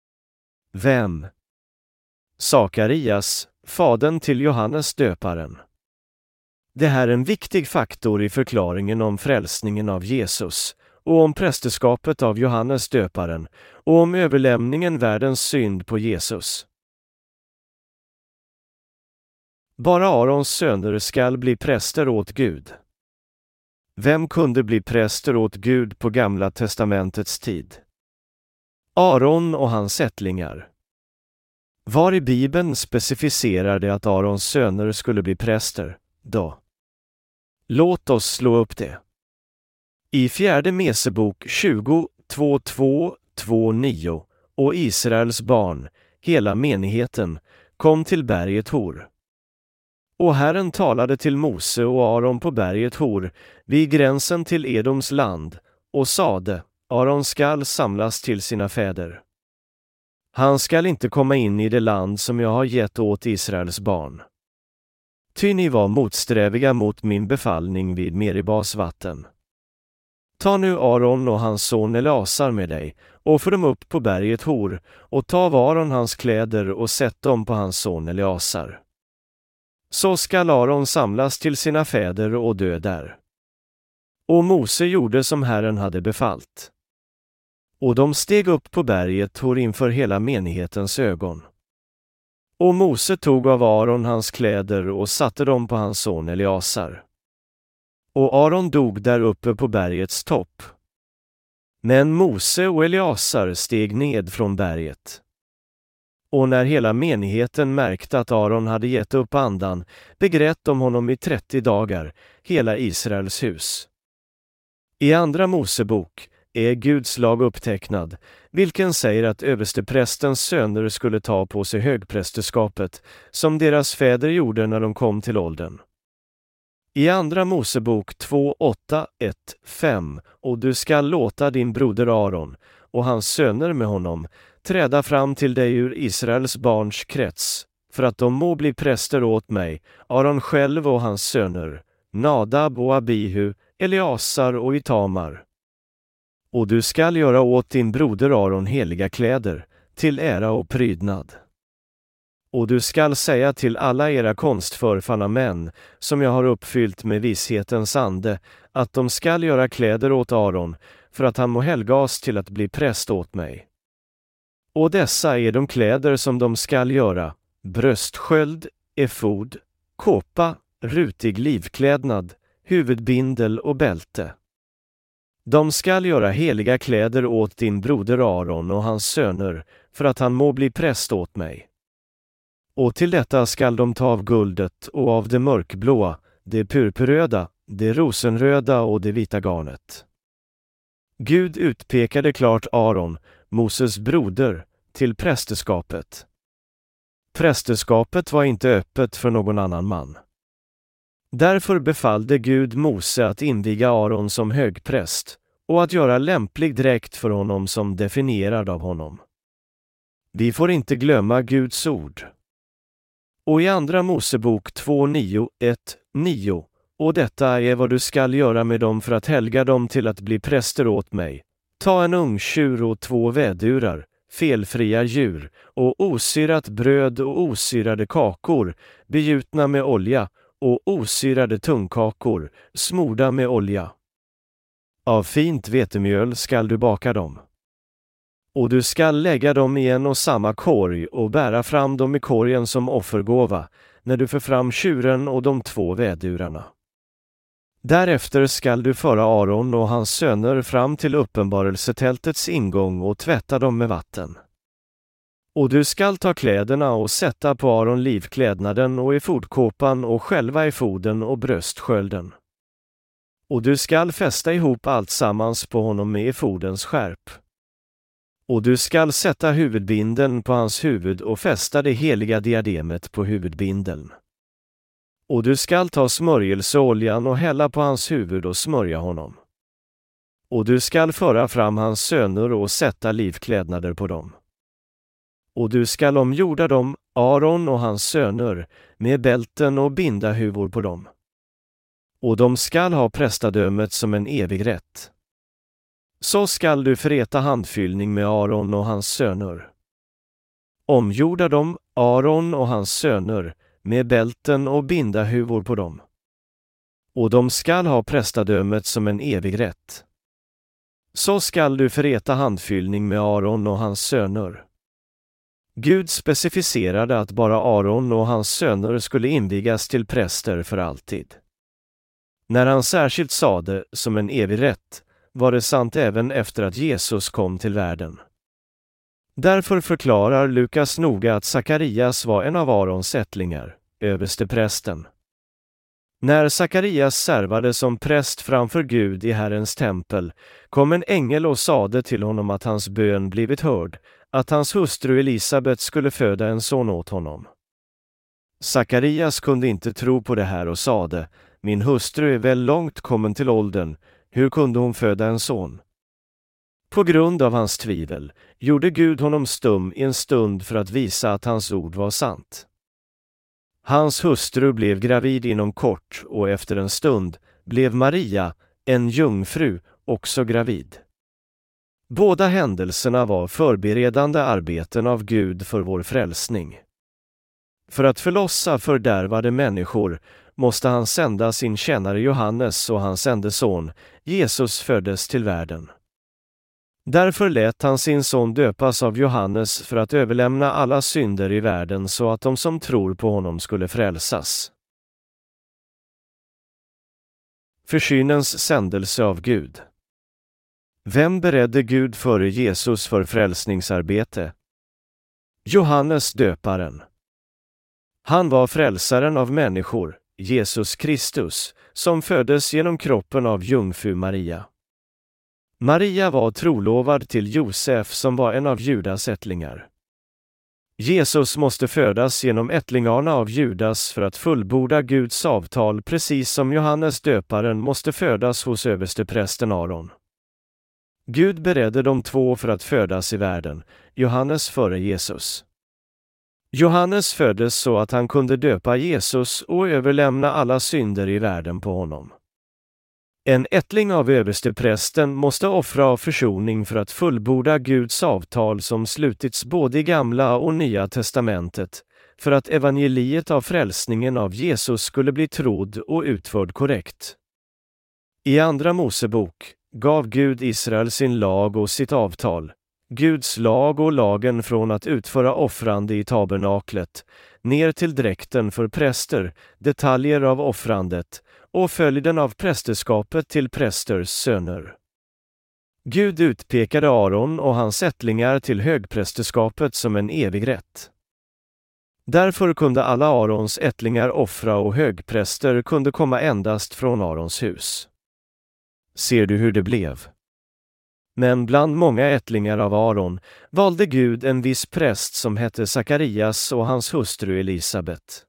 Vem? Sakarias, fadern till Johannes döparen. Det här är en viktig faktor i förklaringen om frälsningen av Jesus, och om prästerskapet av Johannes döparen, och om överlämningen världens synd på Jesus. Bara Arons söner skall bli präster åt Gud. Vem kunde bli präster åt Gud på Gamla testamentets tid? Aron och hans ättlingar. Var i Bibeln specificerar det att Arons söner skulle bli präster, då? Låt oss slå upp det. I 4 Mesebok 20:2-2-9, och Israels barn, hela menigheten, kom till berget Hor. Och Herren talade till Mose och Aron på berget Hor, vid gränsen till Edoms land, och sade, Aron skall samlas till sina fäder. Han skall inte komma in i det land som jag har gett åt Israels barn. Ty ni var motsträviga mot min befallning vid Meribas vatten. Ta nu Aron och hans son Eleasar med dig, och för dem upp på berget Hor, och ta av Aron hans kläder och sätt dem på hans son Eleasar. Så skall Aron samlas till sina fäder och dö där. Och Mose gjorde som Herren hade befallt. Och de steg upp på berget Hor inför hela menighetens ögon. Och Mose tog av Aron hans kläder och satte dem på hans son Eleasar. Och Aron dog där uppe på bergets topp. Men Mose och Eleasar steg ned från berget. Och när hela menigheten märkte att Aron hade gett upp andan, begrät de honom i 30 dagar, hela Israels hus. I Andra Mosebok är Guds lag upptecknad, vilken säger att översteprästens söner skulle ta på sig högprästerskapet, som deras fäder gjorde när de kom till åldern. I Andra Mosebok 2:8-1-5, och du skall låta din broder Aron, och hans söner med honom, träda fram till dig ur Israels barns krets, för att de må bli präster åt mig, Aron själv och hans söner, Nadab och Abihu, Eleasar och Itamar. Och du skall göra åt din broder Aron heliga kläder, till ära och prydnad. Och du skall säga till alla era konstförfarna män, som jag har uppfyllt med visshetens ande, att de skall göra kläder åt Aron, för att han må helgas till att bli präst åt mig. Och dessa är de kläder som de skall göra: bröstsköld, efod, kåpa, rutig livklädnad, huvudbindel och bälte. De skall göra heliga kläder åt din broder Aron och hans söner, för att han må bli präst åt mig. Och till detta skall de ta av guldet och av det mörkblåa, det purpurröda, det rosenröda och det vita garnet. Gud utpekade klart Aron, Moses broder, till prästerskapet. Prästerskapet var inte öppet för någon annan man. Därför befallde Gud Mose att inviga Aron som högpräst och att göra lämplig dräkt för honom som definierad av honom. Vi får inte glömma Guds ord. Och i andra Mosebok 2:9, och detta är vad du skall göra med dem för att helga dem till att bli präster åt mig. Ta en ungtjur och 2 vädurar, felfria djur, och osyrat bröd och osyrade kakor, begjutna med olja, och osyrade tungkakor, smorda med olja. Av fint vetemjöl skall du baka dem. Och du skall lägga dem i en och samma korg och bära fram dem i korgen som offergåva, när du för fram tjuren och de 2 vädurarna. Därefter skall du föra Aron och hans söner fram till uppenbarelsetältets ingång och tvätta dem med vatten. Och du skall ta kläderna och sätta på Aron livklädnaden och efodkåpan och själva efoden och bröstskölden. Och du skall fästa ihop allt sammans på honom med efodens skärp. Och du skall sätta huvudbindeln på hans huvud och fästa det heliga diademet på huvudbindeln. Och du skall ta smörjelseoljan och hälla på hans huvud och smörja honom. Och du skall föra fram hans söner och sätta livklädnader på dem. Och du skall omgjorda dem, Aron och hans söner, med bälten och binda huvor på dem. Och de skall ha prästadömet som en evig rätt. Så skall du förrätta handfyllning med Aron och hans söner. Omgjorda dem, Aron och hans söner, med bälten och binda huvor på dem. Och de skall ha prästadömet som en evig rätt. Så skall du förrätta handfyllning med Aron och hans söner. Gud specificerade att bara Aron och hans söner skulle invigas till präster för alltid. När han särskilt sade som en evig rätt, var det sant även efter att Jesus kom till världen. Därför förklarar Lukas noga att Sakarias var en av Arons ättlingar, översteprästen. När Sakarias servade som präst framför Gud i Herrens tempel, kom en ängel och sade till honom att hans bön blivit hörd, att hans hustru Elisabet skulle föda en son åt honom. Sakarias kunde inte tro på det här och sade: min hustru är väl långt kommen till åldern, hur kunde hon föda en son? På grund av hans tvivel gjorde Gud honom stum i en stund för att visa att hans ord var sant. Hans hustru blev gravid inom kort och efter en stund blev Maria, en jungfru, också gravid. Båda händelserna var förberedande arbeten av Gud för vår frälsning. För att förlossa fördärvade människor måste han sända sin tjänare Johannes och hans enda son, Jesus, föddes till världen. Därför lät han sin son döpas av Johannes för att överlämna alla synder i världen så att de som tror på honom skulle frälsas. Försynens sändelse av Gud. Vem beredde Gud före Jesus för frälsningsarbete? Johannes döparen. Han var frälsaren av människor, Jesus Kristus, som föddes genom kroppen av jungfru Maria. Maria var trolovad till Josef som var en av Judas ättlingar. Jesus måste födas genom ättlingarna av Judas för att fullborda Guds avtal, precis som Johannes döparen måste födas hos översteprästen Aron. Gud beredde de två för att födas i världen, Johannes före Jesus. Johannes föddes så att han kunde döpa Jesus och överlämna alla synder i världen på honom. En ättling av översteprästen måste offra av försoning för att fullborda Guds avtal som slutits både i Gamla och Nya testamentet, för att evangeliet av frälsningen av Jesus skulle bli trodd och utförd korrekt. I Andra Mosebok gav Gud Israel sin lag och sitt avtal, Guds lag och lagen från att utföra offrande i tabernaklet, ner till dräkten för präster, detaljer av offrandet och följden av prästerskapet till prästers söner. Gud utpekade Aron och hans ättlingar till högprästerskapet som en evig rätt. Därför kunde alla Arons ättlingar offra och högpräster kunde komma endast från Arons hus. Ser du hur det blev? Men bland många ättlingar av Aron valde Gud en viss präst som hette Sakarias och hans hustru Elisabet.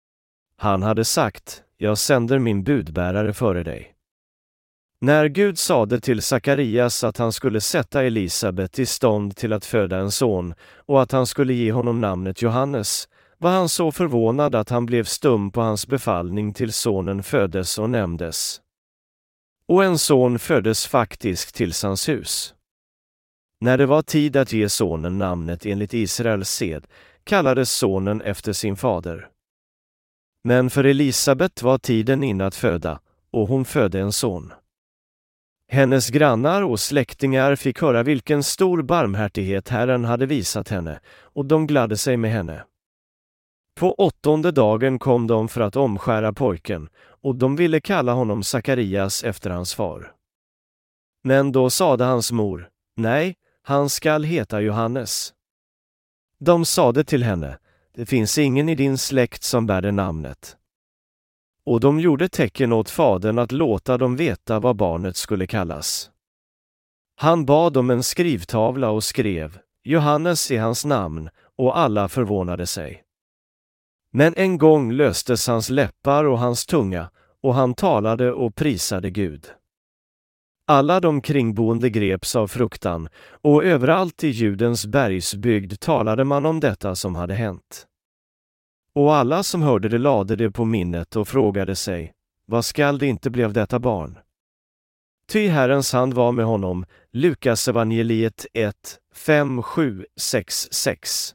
Han hade sagt, jag sänder min budbärare före dig. När Gud sade till Sakarias att han skulle sätta Elisabet i stånd till att föda en son och att han skulle ge honom namnet Johannes, var han så förvånad att han blev stum på hans befallning till sonen föddes och nämndes. Och en son föddes faktiskt till hans hus. När det var tid att ge sonen namnet enligt Israels sed, kallades sonen efter sin fader. Men för Elisabet var tiden inne att föda, och hon födde en son. Hennes grannar och släktingar fick höra vilken stor barmhärtighet Herren hade visat henne, och de gladde sig med henne. På 8:e dagen kom de för att omskära pojken, och de ville kalla honom Sakarias efter hans far. Men då sade hans mor, nej, han skall heta Johannes. De sade till henne, det finns ingen i din släkt som bär det namnet. Och de gjorde tecken åt fadern att låta dem veta vad barnet skulle kallas. Han bad om en skrivtavla och skrev, Johannes är hans namn, och alla förvånade sig. Men en gång löstes hans läppar och hans tunga, och han talade och prisade Gud. Alla de kringboende greps av fruktan, och överallt i Judens bergsbygd talade man om detta som hade hänt. Och alla som hörde det lade det på minnet och frågade sig, vad skall det inte bli av detta barn? Ty Herrens hand var med honom, Lukas evangeliet 1, 5, 7, 6, 6.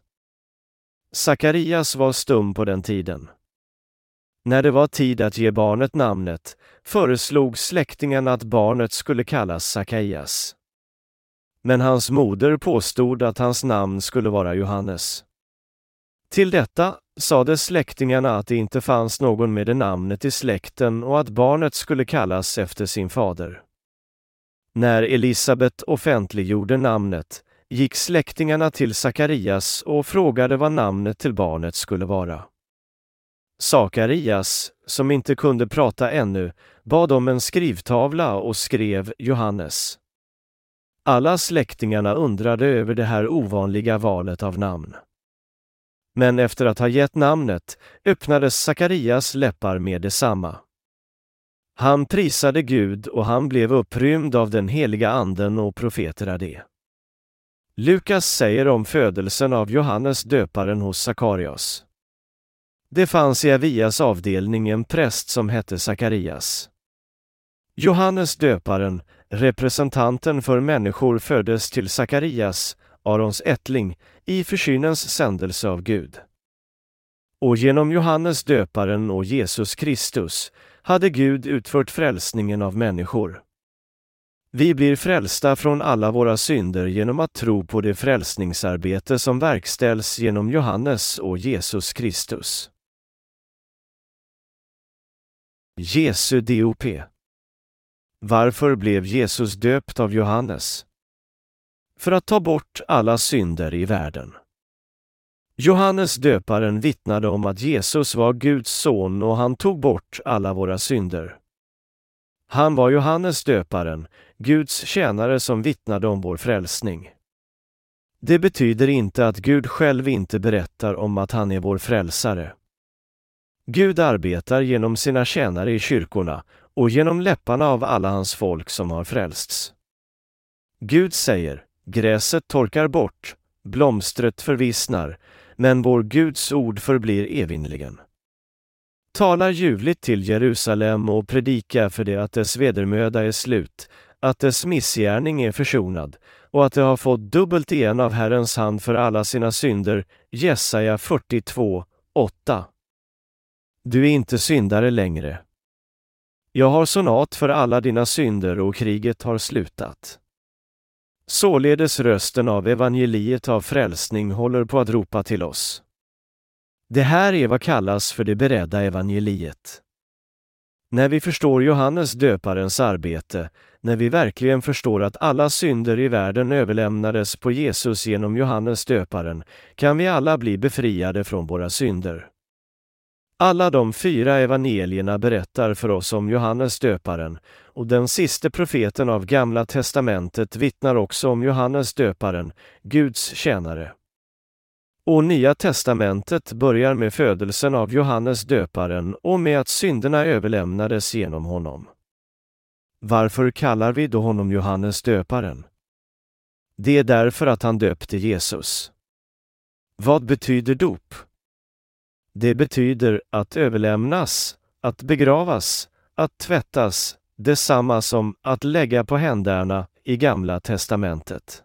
Sakarias var stum på den tiden. När det var tid att ge barnet namnet, föreslog släktingarna att barnet skulle kallas Sakaias. Men hans moder påstod att hans namn skulle vara Johannes. Till detta sade släktingarna att det inte fanns någon med det namnet i släkten och att barnet skulle kallas efter sin fader. När Elisabet offentliggjorde namnet, gick släktingarna till Sakarias och frågade vad namnet till barnet skulle vara. Sakarias, som inte kunde prata ännu, bad om en skrivtavla och skrev Johannes. Alla släktingarna undrade över det här ovanliga valet av namn. Men efter att ha gett namnet öppnades Sakarias läppar med detsamma. Han prisade Gud och han blev upprymd av den heliga anden och profeterade. Lukas säger om födelsen av Johannes döparen hos Sakarias. Det fanns i Avias avdelning en präst som hette Sakarias. Johannes döparen, representanten för människor, föddes till Sakarias, Arons ättling, i försynens sändelse av Gud. Och genom Johannes döparen och Jesus Kristus hade Gud utfört frälsningen av människor. Vi blir frälsta från alla våra synder genom att tro på det frälsningsarbete som verkställs genom Johannes och Jesus Kristus. Jesu dop. Varför blev Jesus döpt av Johannes? För att ta bort alla synder i världen. Johannes döparen vittnade om att Jesus var Guds son och han tog bort alla våra synder. Han var Johannes döparen, Guds tjänare som vittnade om vår frälsning. Det betyder inte att Gud själv inte berättar om att han är vår frälsare. Gud arbetar genom sina tjänare i kyrkorna och genom läpparna av alla hans folk som har frälsts. Gud säger, gräset torkar bort, blomstret förvissnar, men vår Guds ord förblir evinnerligen. Tala ljuvligt till Jerusalem och predika för det att dess vedermöda är slut, att dess missgärning är försonad och att det har fått dubbelt igen av Herrens hand för alla sina synder. Jesaja 42, 8. Du är inte syndare längre. Jag har sonat för alla dina synder och kriget har slutat. Således rösten av evangeliet av frälsning håller på att ropa till oss. Det här är vad kallas för det beredda evangeliet. När vi förstår Johannes döparens arbete, när vi verkligen förstår att alla synder i världen överlämnades på Jesus genom Johannes döparen, kan vi alla bli befriade från våra synder. Alla de 4 evangelierna berättar för oss om Johannes döparen, och den siste profeten av Gamla testamentet vittnar också om Johannes döparen, Guds tjänare. Och Nya testamentet börjar med födelsen av Johannes döparen och med att synderna överlämnades genom honom. Varför kallar vi då honom Johannes döparen? Det är därför att han döpte Jesus. Vad betyder dop? Det betyder att överlämnas, att begravas, att tvättas, detsamma som att lägga på händerna i Gamla testamentet.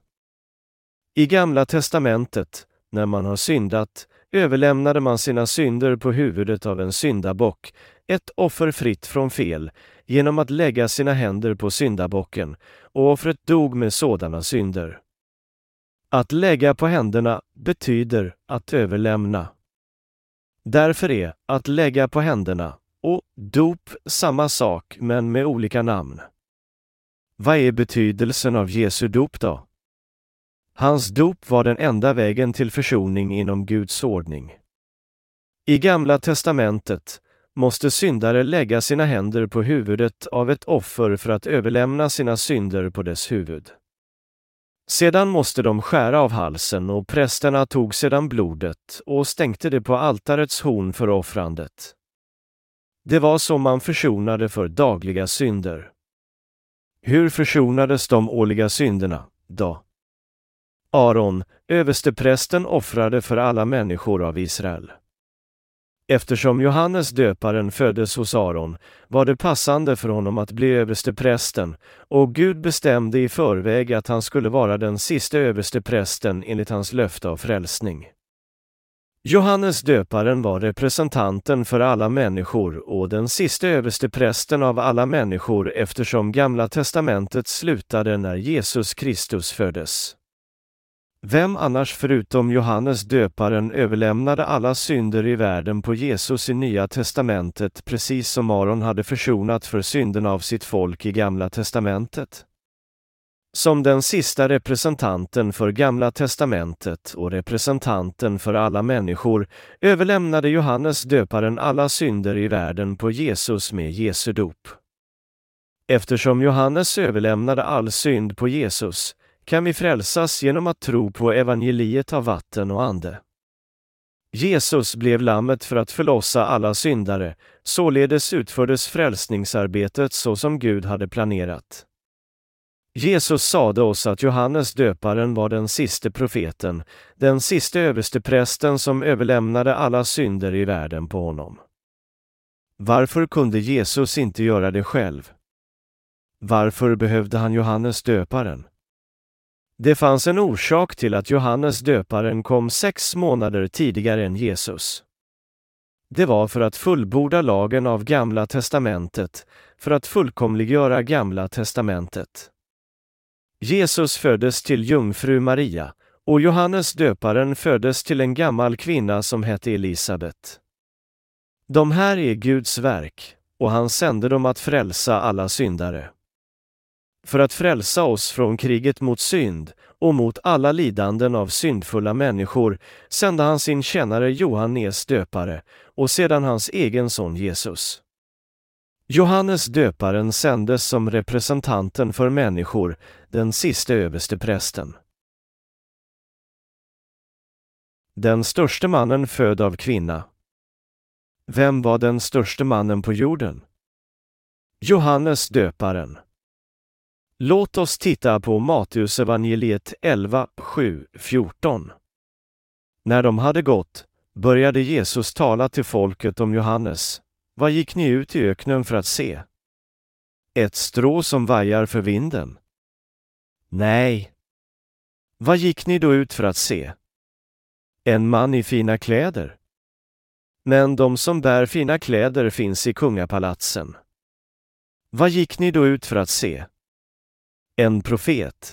I Gamla testamentet, när man har syndat, överlämnade man sina synder på huvudet av en syndabock, ett offer fritt från fel, genom att lägga sina händer på syndabocken, och offret dog med sådana synder. Att lägga på händerna betyder att överlämna. Därför är att lägga på händerna och dop samma sak men med olika namn. Vad är betydelsen av Jesu dop då? Hans dop var den enda vägen till försoning inom Guds ordning. I Gamla testamentet måste syndare lägga sina händer på huvudet av ett offer för att överlämna sina synder på dess huvud. Sedan måste de skära av halsen och prästerna tog sedan blodet och stänkte det på altarets horn för offrandet. Det var så man försonade för dagliga synder. Hur försonades de årliga synderna då? Aron, översteprästen, offrade för alla människor av Israel. Eftersom Johannes döparen föddes hos Aron var det passande för honom att bli översteprästen, och Gud bestämde i förväg att han skulle vara den sista översteprästen enligt hans löfte av frälsning. Johannes döparen var representanten för alla människor och den sista översteprästen av alla människor eftersom Gamla testamentet slutade när Jesus Kristus föddes. Vem annars förutom Johannes döparen överlämnade alla synder i världen på Jesus i Nya testamentet precis som Aron hade försonat för synderna av sitt folk i Gamla testamentet? Som den sista representanten för Gamla testamentet och representanten för alla människor överlämnade Johannes döparen alla synder i världen på Jesus med Jesu dop. Eftersom Johannes överlämnade all synd på Jesus kan vi frälsas genom att tro på evangeliet av vatten och ande. Jesus blev lammet för att förlossa alla syndare, således utfördes frälsningsarbetet så som Gud hade planerat. Jesus sade oss att Johannes döparen var den siste profeten, den siste översteprästen som överlämnade alla synder i världen på honom. Varför kunde Jesus inte göra det själv? Varför behövde han Johannes döparen? Det fanns en orsak till att Johannes döparen kom 6 månader tidigare än Jesus. Det var för att fullborda lagen av Gamla testamentet, för att fullkomliggöra Gamla testamentet. Jesus föddes till jungfru Maria, och Johannes döparen föddes till en gammal kvinna som hette Elisabet. De här är Guds verk, och han sände dem att frälsa alla syndare. För att frälsa oss från kriget mot synd och mot alla lidanden av syndfulla människor sände han sin tjänare Johannes döpare och sedan hans egen son Jesus. Johannes döparen sändes som representanten för människor, den sista översteprästen. Den störste mannen född av kvinna. Vem var den störste mannen på jorden? Johannes döparen. Låt oss titta på Matteusevangeliet 11:7-14. När de hade gått, började Jesus tala till folket om Johannes. Vad gick ni ut i öknen för att se? Ett strå som vajar för vinden? Nej. Vad gick ni då ut för att se? En man i fina kläder? Men de som bär fina kläder finns i kungapalatsen. Vad gick ni då ut för att se? En profet?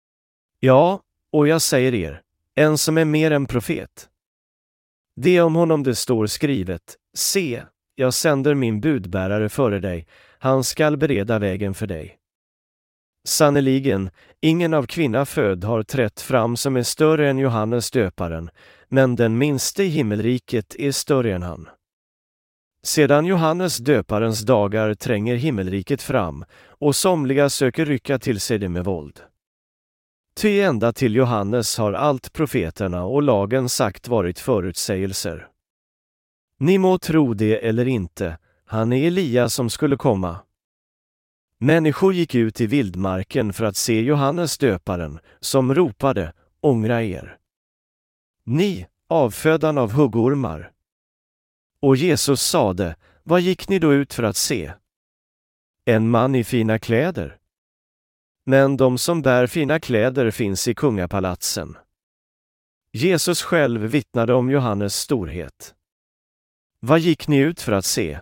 Ja, och jag säger er, en som är mer än profet. Det är om honom det står skrivet: se, jag sänder min budbärare före dig, han skall bereda vägen för dig. Sannerligen, ingen av kvinna född har trätt fram som är större än Johannes döparen, men den minste i himmelriket är större än han. Sedan Johannes döparens dagar tränger himmelriket fram, och somliga söker rycka till sig det med våld. Ty ända till Johannes har allt profeterna och lagen sagt varit förutsägelser. Ni må tro det eller inte, han är Elia som skulle komma. Människor gick ut i vildmarken för att se Johannes döparen, som ropade: ångra er. Ni, avfödan av huggormar. Och Jesus sade: vad gick ni då ut för att se? En man i fina kläder? Men de som bär fina kläder finns i kungapalatsen. Jesus själv vittnade om Johannes storhet. Vad gick ni ut för att se?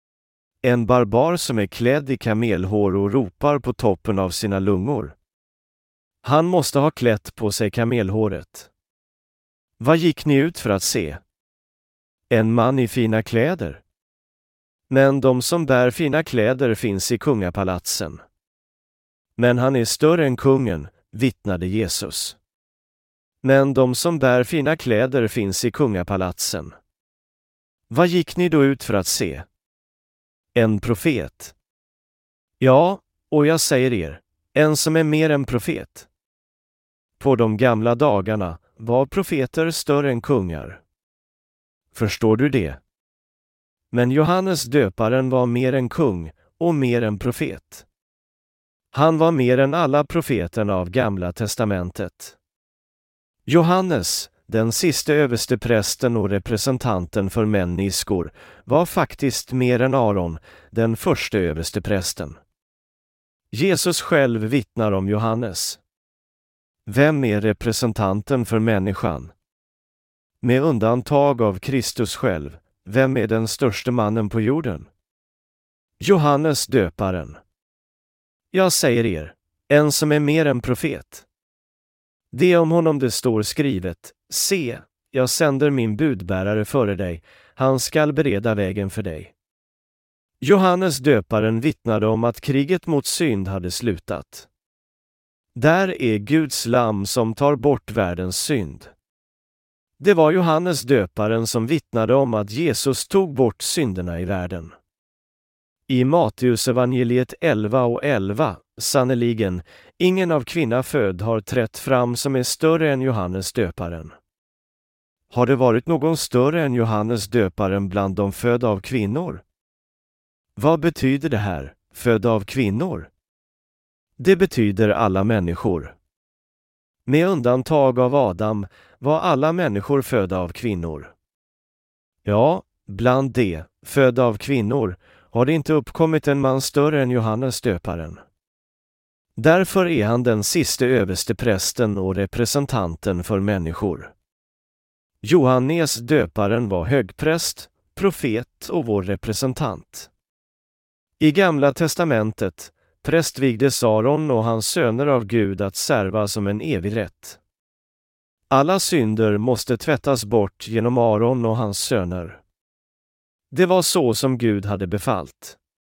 En barbar som är klädd i kamelhår och ropar på toppen av sina lungor. Han måste ha klätt på sig kamelhåret. Vad gick ni ut för att se? En man i fina kläder? Men de som bär fina kläder finns i kungapalatsen. Men han är större än kungen, vittnade Jesus. Men de som bär fina kläder finns i kungapalatsen. Vad gick ni då ut för att se? En profet? Ja, och jag säger er, en som är mer än profet. På de gamla dagarna var profeter större än kungar. Förstår du det? Men Johannes döparen var mer än kung och mer än profet. Han var mer än alla profeterna av Gamla testamentet. Johannes, den sista översteprästen och representanten för människor, var faktiskt mer än Aron, den första översteprästen. Jesus själv vittnar om Johannes. Vem är representanten för människan? Med undantag av Kristus själv, vem är den största mannen på jorden? Johannes döparen. Jag säger er, en som är mer än profet. Det är om honom det står skrivet: se, jag sänder min budbärare före dig, han skall bereda vägen för dig. Johannes döparen vittnade om att kriget mot synd hade slutat. Där är Guds lamm som tar bort världens synd. Det var Johannes döparen som vittnade om att Jesus tog bort synderna i världen. I Matteusevangeliet 11:11, sannerligen, ingen av kvinna född har trätt fram som är större än Johannes döparen. Har det varit någon större än Johannes döparen bland de födda av kvinnor? Vad betyder det här, födda av kvinnor? Det betyder alla människor. Med undantag av Adam var alla människor födda av kvinnor. Ja, bland de, födda av kvinnor, har det inte uppkommit en man större än Johannes döparen. Därför är han den sista översteprästen och representanten för människor. Johannes döparen var högpräst, profet och vår representant. I Gamla testamentet prästvigdes Aron och hans söner av Gud att serva som en evig rätt. Alla synder måste tvättas bort genom Aron och hans söner. Det var så som Gud hade befallt.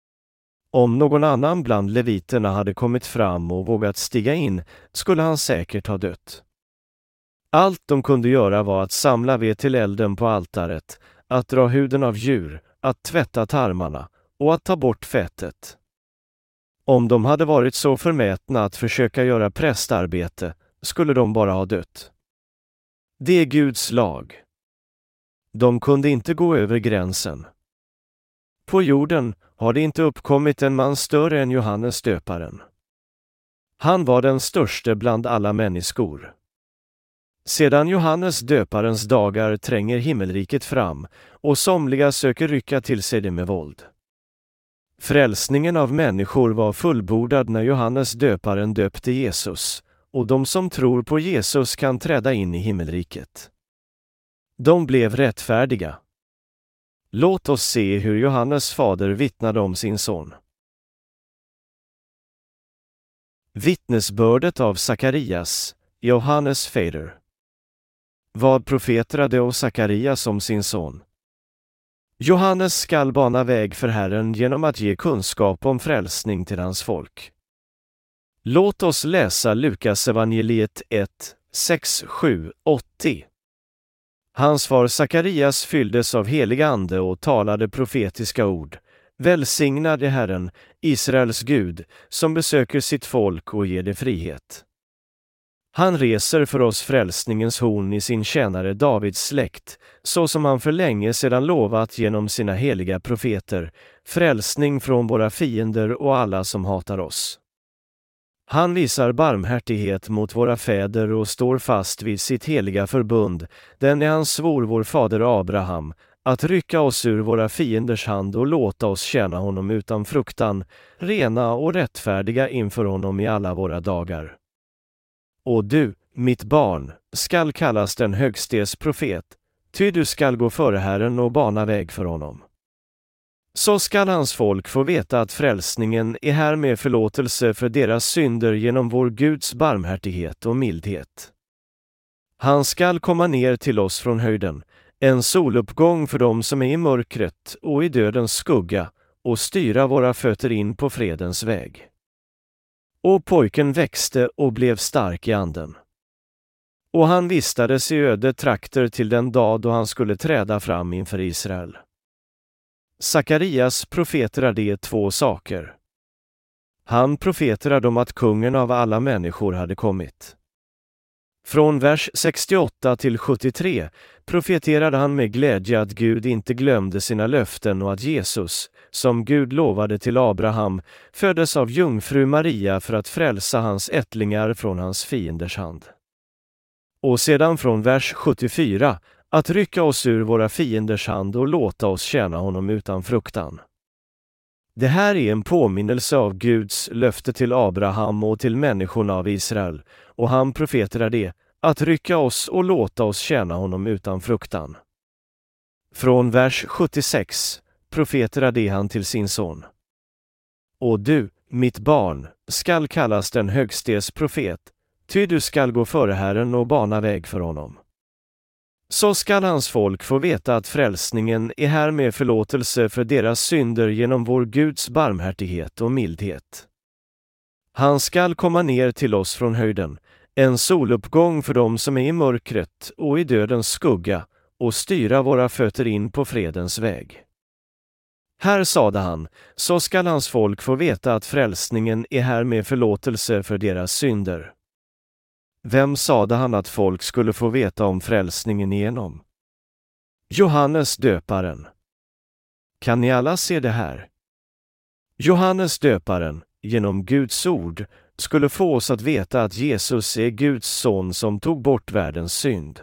Om någon annan bland leviterna hade kommit fram och vågat stiga in, skulle han säkert ha dött. Allt de kunde göra var att samla ved till elden på altaret, att dra huden av djur, att tvätta tarmarna och att ta bort fettet. Om de hade varit så förmätna att försöka göra prästarbete, skulle de bara ha dött. Det är Guds lag. De kunde inte gå över gränsen. På jorden har det inte uppkommit en man större än Johannes döparen. Han var den störste bland alla människor. Sedan Johannes döparens dagar tränger himmelriket fram, och somliga söker rycka till sig det med våld. Frälsningen av människor var fullbordad när Johannes döparen döpte Jesus, och de som tror på Jesus kan träda in i himmelriket. De blev rättfärdiga. Låt oss se hur Johannes fader vittnade om sin son. Vittnesbördet av Sakarias, Johannes fader. Vad profeterade och Sakarias om sin son? Johannes skall bana väg för Herren genom att ge kunskap om frälsning till hans folk. Låt oss läsa Lukas evangeliet 1, 6, 7, 80. Hans far Sakarias fylldes av helig ande och talade profetiska ord. Välsignad är Herren, Israels Gud, som besöker sitt folk och ger det frihet. Han reser för oss frälsningens horn i sin tjänare Davids släkt, så som han för länge sedan lovat genom sina heliga profeter, frälsning från våra fiender och alla som hatar oss. Han visar barmhärtighet mot våra fäder och står fast vid sitt heliga förbund, den han svor vår fader Abraham, att rycka oss ur våra fienders hand och låta oss tjäna honom utan fruktan, rena och rättfärdiga inför honom i alla våra dagar. Och du, mitt barn, skall kallas den högstes profet, ty du skall gå före Herren och bana väg för honom. Så skall hans folk få veta att frälsningen är här med förlåtelse för deras synder genom vår Guds barmhärtighet och mildhet. Han skall komma ner till oss från höjden, en soluppgång för dem som är i mörkret och i dödens skugga, och styra våra fötter in på fredens väg. Och pojken växte och blev stark i anden. Och han vistades i öde trakter till den dag då han skulle träda fram inför Israel. Sakarias profeterade 2 saker. Han profeterade om att kungen av alla människor hade kommit. Från vers 68 till 73 profeterade han med glädje att Gud inte glömde sina löften och att Jesus, som Gud lovade till Abraham, föddes av jungfru Maria för att frälsa hans ättlingar från hans fienders hand. Och sedan från vers 74, att rycka oss ur våra fienders hand och låta oss tjäna honom utan fruktan. Det här är en påminnelse av Guds löfte till Abraham och till människorna av Israel, och han profeterade att rycka oss och låta oss tjäna honom utan fruktan. Från vers 76 profeterade han till sin son. Och du, mitt barn, skall kallas den högstes profet, ty du skall gå före Herren och bana väg för honom. Så skall hans folk få veta att frälsningen är här med förlåtelse för deras synder genom vår Guds barmhärtighet och mildhet. Han skall komma ner till oss från höjden, en soluppgång för dem som är i mörkret och i dödens skugga, och styra våra fötter in på fredens väg. Här sade han, så skall hans folk få veta att frälsningen är här med förlåtelse för deras synder. Vem sade han att folk skulle få veta om frälsningen igenom? Johannes döparen. Kan ni alla se det här? Johannes döparen, genom Guds ord, skulle få oss att veta att Jesus är Guds son som tog bort världens synd.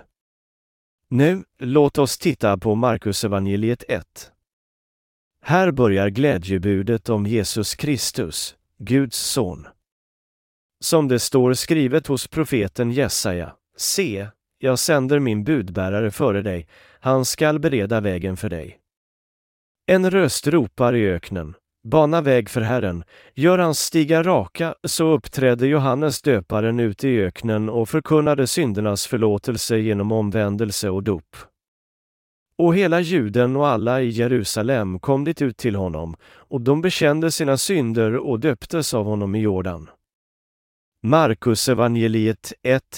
Nu, låt oss titta på Markus evangeliet 1. Här börjar glädjebudet om Jesus Kristus, Guds son. Som det står skrivet hos profeten Jesaja, se, jag sänder min budbärare före dig, han skall bereda vägen för dig. En röst ropar i öknen, bana väg för Herren, gör hans stigar raka, så uppträdde Johannes döparen ute i öknen och förkunnade syndernas förlåtelse genom omvändelse och dop. Och hela Juden och alla i Jerusalem kom dit ut till honom, och de bekände sina synder och döptes av honom i Jordan. Markus evangeliet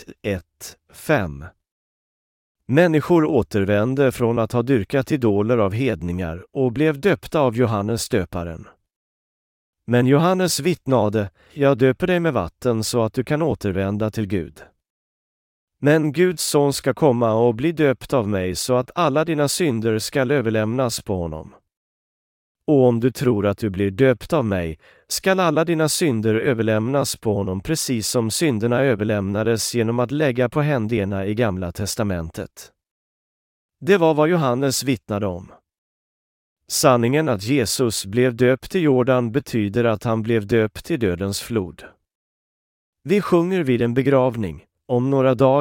1:1-5. Människor återvände från att ha dyrkat idoler av hedningar och blev döpta av Johannes döparen. Men Johannes vittnade, jag döper dig med vatten så att du kan återvända till Gud. Men Guds son ska komma och bli döpt av mig så att alla dina synder skall överlämnas på honom. Och om du tror att du blir döpt av mig, skall alla dina synder överlämnas på honom precis som synderna överlämnades genom att lägga på händerna i Gamla testamentet. Det var vad Johannes vittnade om. Sanningen att Jesus blev döpt i Jordan betyder att han blev döpt i dödens flod. Vi sjunger vid en begravning, om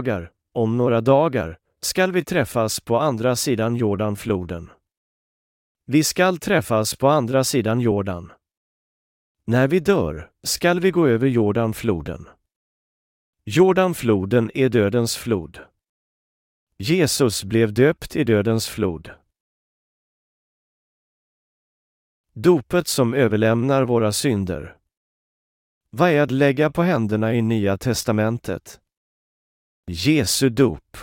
några dagar, skall vi träffas på andra sidan Jordanfloden. Vi skall träffas på andra sidan Jordan. När vi dör skall vi gå över Jordanfloden. Jordanfloden är dödens flod. Jesus blev döpt i dödens flod. Dopet som överlämnar våra synder. Vad är att lägga på händerna i Nya testamentet? Jesu dop.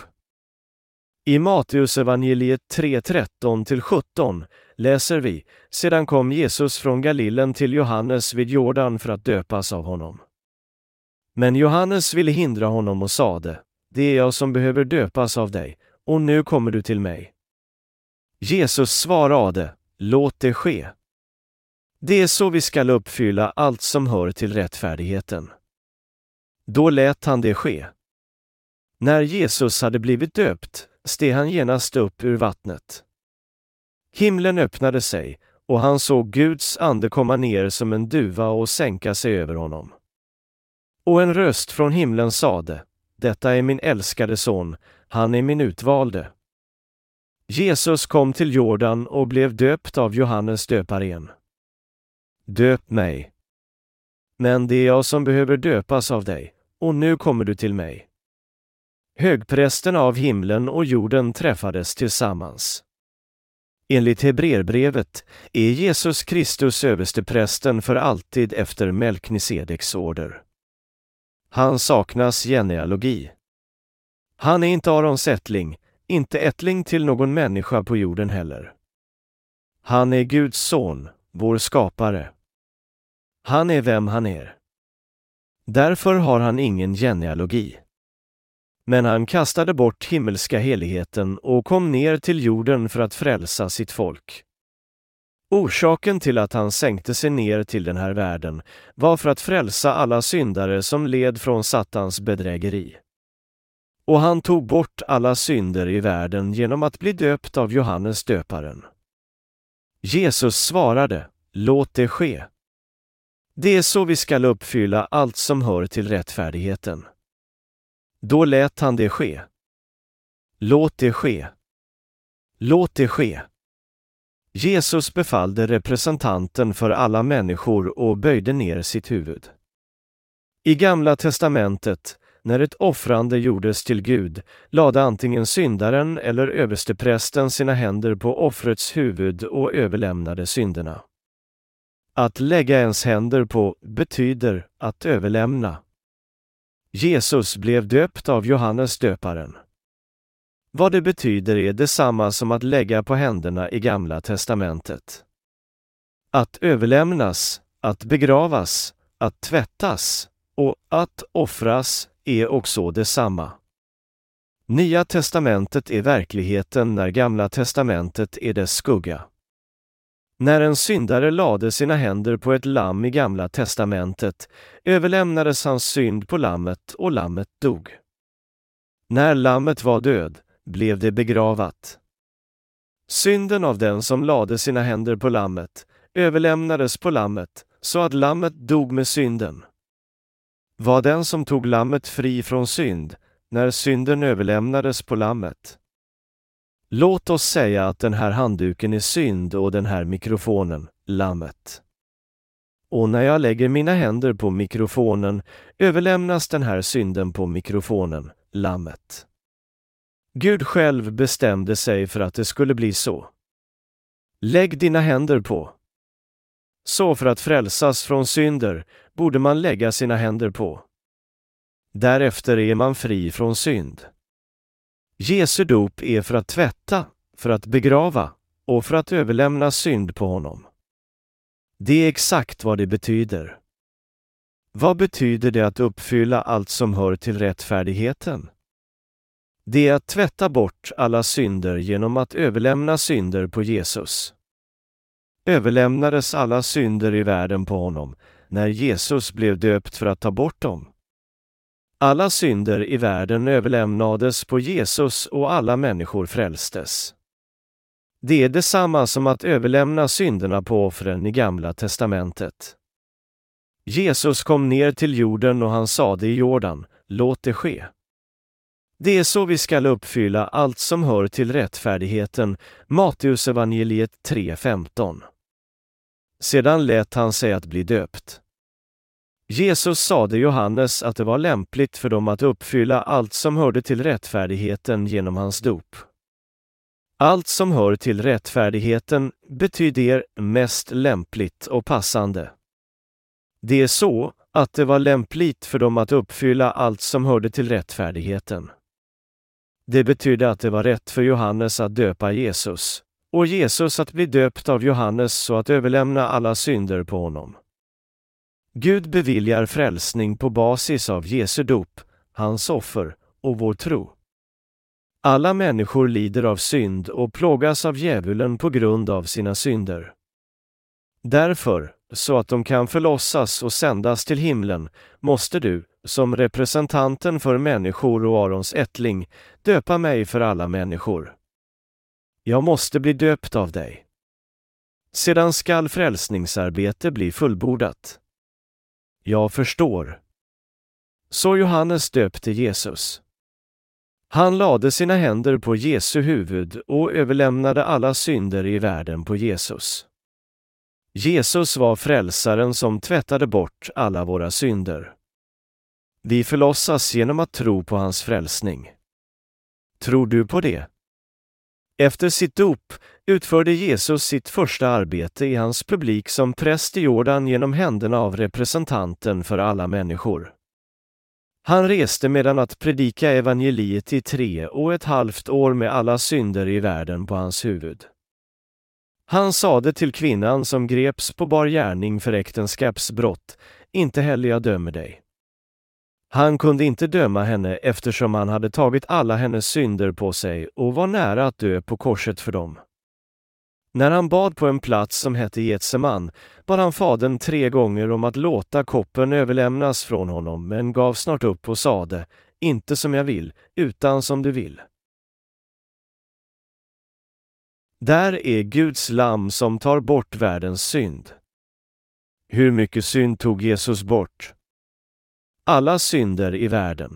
I Matteusevangeliet 3:13-17 läser vi: Sedan kom Jesus från Galileen till Johannes vid Jordan för att döpas av honom. Men Johannes ville hindra honom och sade: Det är jag som behöver döpas av dig, och nu kommer du till mig. Jesus svarade: Låt det ske. Det är så vi skall uppfylla allt som hör till rättfärdigheten. Då lät han det ske. När Jesus hade blivit döpt, steg han genast upp ur vattnet. Himlen öppnade sig, och han såg Guds ande komma ner som en duva och sänka sig över honom. Och en röst från himlen sade: Detta är min älskade son, han är min utvalde. Jesus kom till Jordan och blev döpt av Johannes döparen. Döp mig. Men det är jag som behöver döpas av dig, och nu kommer du till mig. Högprästen av himlen och jorden träffades tillsammans. Enligt Hebreerbrevet är Jesus Kristus översteprästen för alltid efter Melknisedeks order. Han saknas genealogi. Han är inte Arons ättling, inte ättling till någon människa på jorden heller. Han är Guds son, vår skapare. Han är vem han är. Därför har han ingen genealogi. Men han kastade bort himmelska heligheten och kom ner till jorden för att frälsa sitt folk. Orsaken till att han sänkte sig ner till den här världen var för att frälsa alla syndare som led från Satans bedrägeri. Och han tog bort alla synder i världen genom att bli döpt av Johannes döparen. Jesus svarade: Låt det ske. Det är så vi skall uppfylla allt som hör till rättfärdigheten. Då lät han det ske. Låt det ske. Låt det ske. Jesus befallde representanten för alla människor och böjde ner sitt huvud. I Gamla testamentet, när ett offrande gjordes till Gud, lade antingen syndaren eller översteprästen sina händer på offrets huvud och överlämnade synderna. Att lägga ens händer på betyder att överlämna. Jesus blev döpt av Johannes döparen. Vad det betyder är detsamma som att lägga på händerna i Gamla testamentet. Att överlämnas, att begravas, att tvättas och att offras är också detsamma. Nya testamentet är verkligheten när Gamla testamentet är dess skugga. När en syndare lade sina händer på ett lamm i Gamla testamentet överlämnades hans synd på lammet och lammet dog. När lammet var död blev det begravat. Synden av den som lade sina händer på lammet överlämnades på lammet så att lammet dog med synden. Var den som tog lammet fri från synd när synden överlämnades på lammet? Låt oss säga att den här handduken är synd och den här mikrofonen, lammet. Och när jag lägger mina händer på mikrofonen överlämnas den här synden på mikrofonen, lammet. Gud själv bestämde sig för att det skulle bli så. Lägg dina händer på. Så för att frälsas från synder borde man lägga sina händer på. Därefter är man fri från synd. Jesu dop är för att tvätta, för att begrava och för att överlämna synd på honom. Det är exakt vad det betyder. Vad betyder det att uppfylla allt som hör till rättfärdigheten? Det är att tvätta bort alla synder genom att överlämna synder på Jesus. Överlämnades alla synder i världen på honom när Jesus blev döpt för att ta bort dem. Alla synder i världen överlämnades på Jesus och alla människor frälstes. Det är detsamma som att överlämna synderna på offren i Gamla testamentet. Jesus kom ner till jorden och han sade i Jordan: Låt det ske. Det är så vi skall uppfylla allt som hör till rättfärdigheten, Matteusevangeliet 3:15. Sedan lät han sig att bli döpt. Jesus sade Johannes att det var lämpligt för dem att uppfylla allt som hörde till rättfärdigheten genom hans dop. Allt som hör till rättfärdigheten betyder mest lämpligt och passande. Det är så att det var lämpligt för dem att uppfylla allt som hörde till rättfärdigheten. Det betydde att det var rätt för Johannes att döpa Jesus, och Jesus att bli döpt av Johannes så att överlämna alla synder på honom. Gud beviljar frälsning på basis av Jesu dop, hans offer och vår tro. Alla människor lider av synd och plågas av djävulen på grund av sina synder. Därför, så att de kan förlossas och sändas till himlen, måste du, som representanten för människor och Arons ättling, döpa mig för alla människor. Jag måste bli döpt av dig. Sedan skall frälsningsarbete bli fullbordat. Jag förstår. Så Johannes döpte Jesus. Han lade sina händer på Jesu huvud och överlämnade alla synder i världen på Jesus. Jesus var frälsaren som tvättade bort alla våra synder. Vi förlossas genom att tro på hans frälsning. Tror du på det? Efter sitt dop utförde Jesus sitt första arbete i hans publik som präst i Jordan genom händerna av representanten för alla människor. Han reste medan att predika evangeliet i 3,5 år med alla synder i världen på hans huvud. Han sade till kvinnan som greps på bar gärning för äktenskapsbrott, inte heller jag dömer dig. Han kunde inte döma henne eftersom han hade tagit alla hennes synder på sig och var nära att dö på korset för dem. När han bad på en plats som hette Getseman bad han Fadern 3 gånger om att låta koppen överlämnas från honom, men gav snart upp och sade, inte som jag vill, utan som du vill. Där är Guds lamm som tar bort världens synd. Hur mycket synd tog Jesus bort? Alla synder i världen.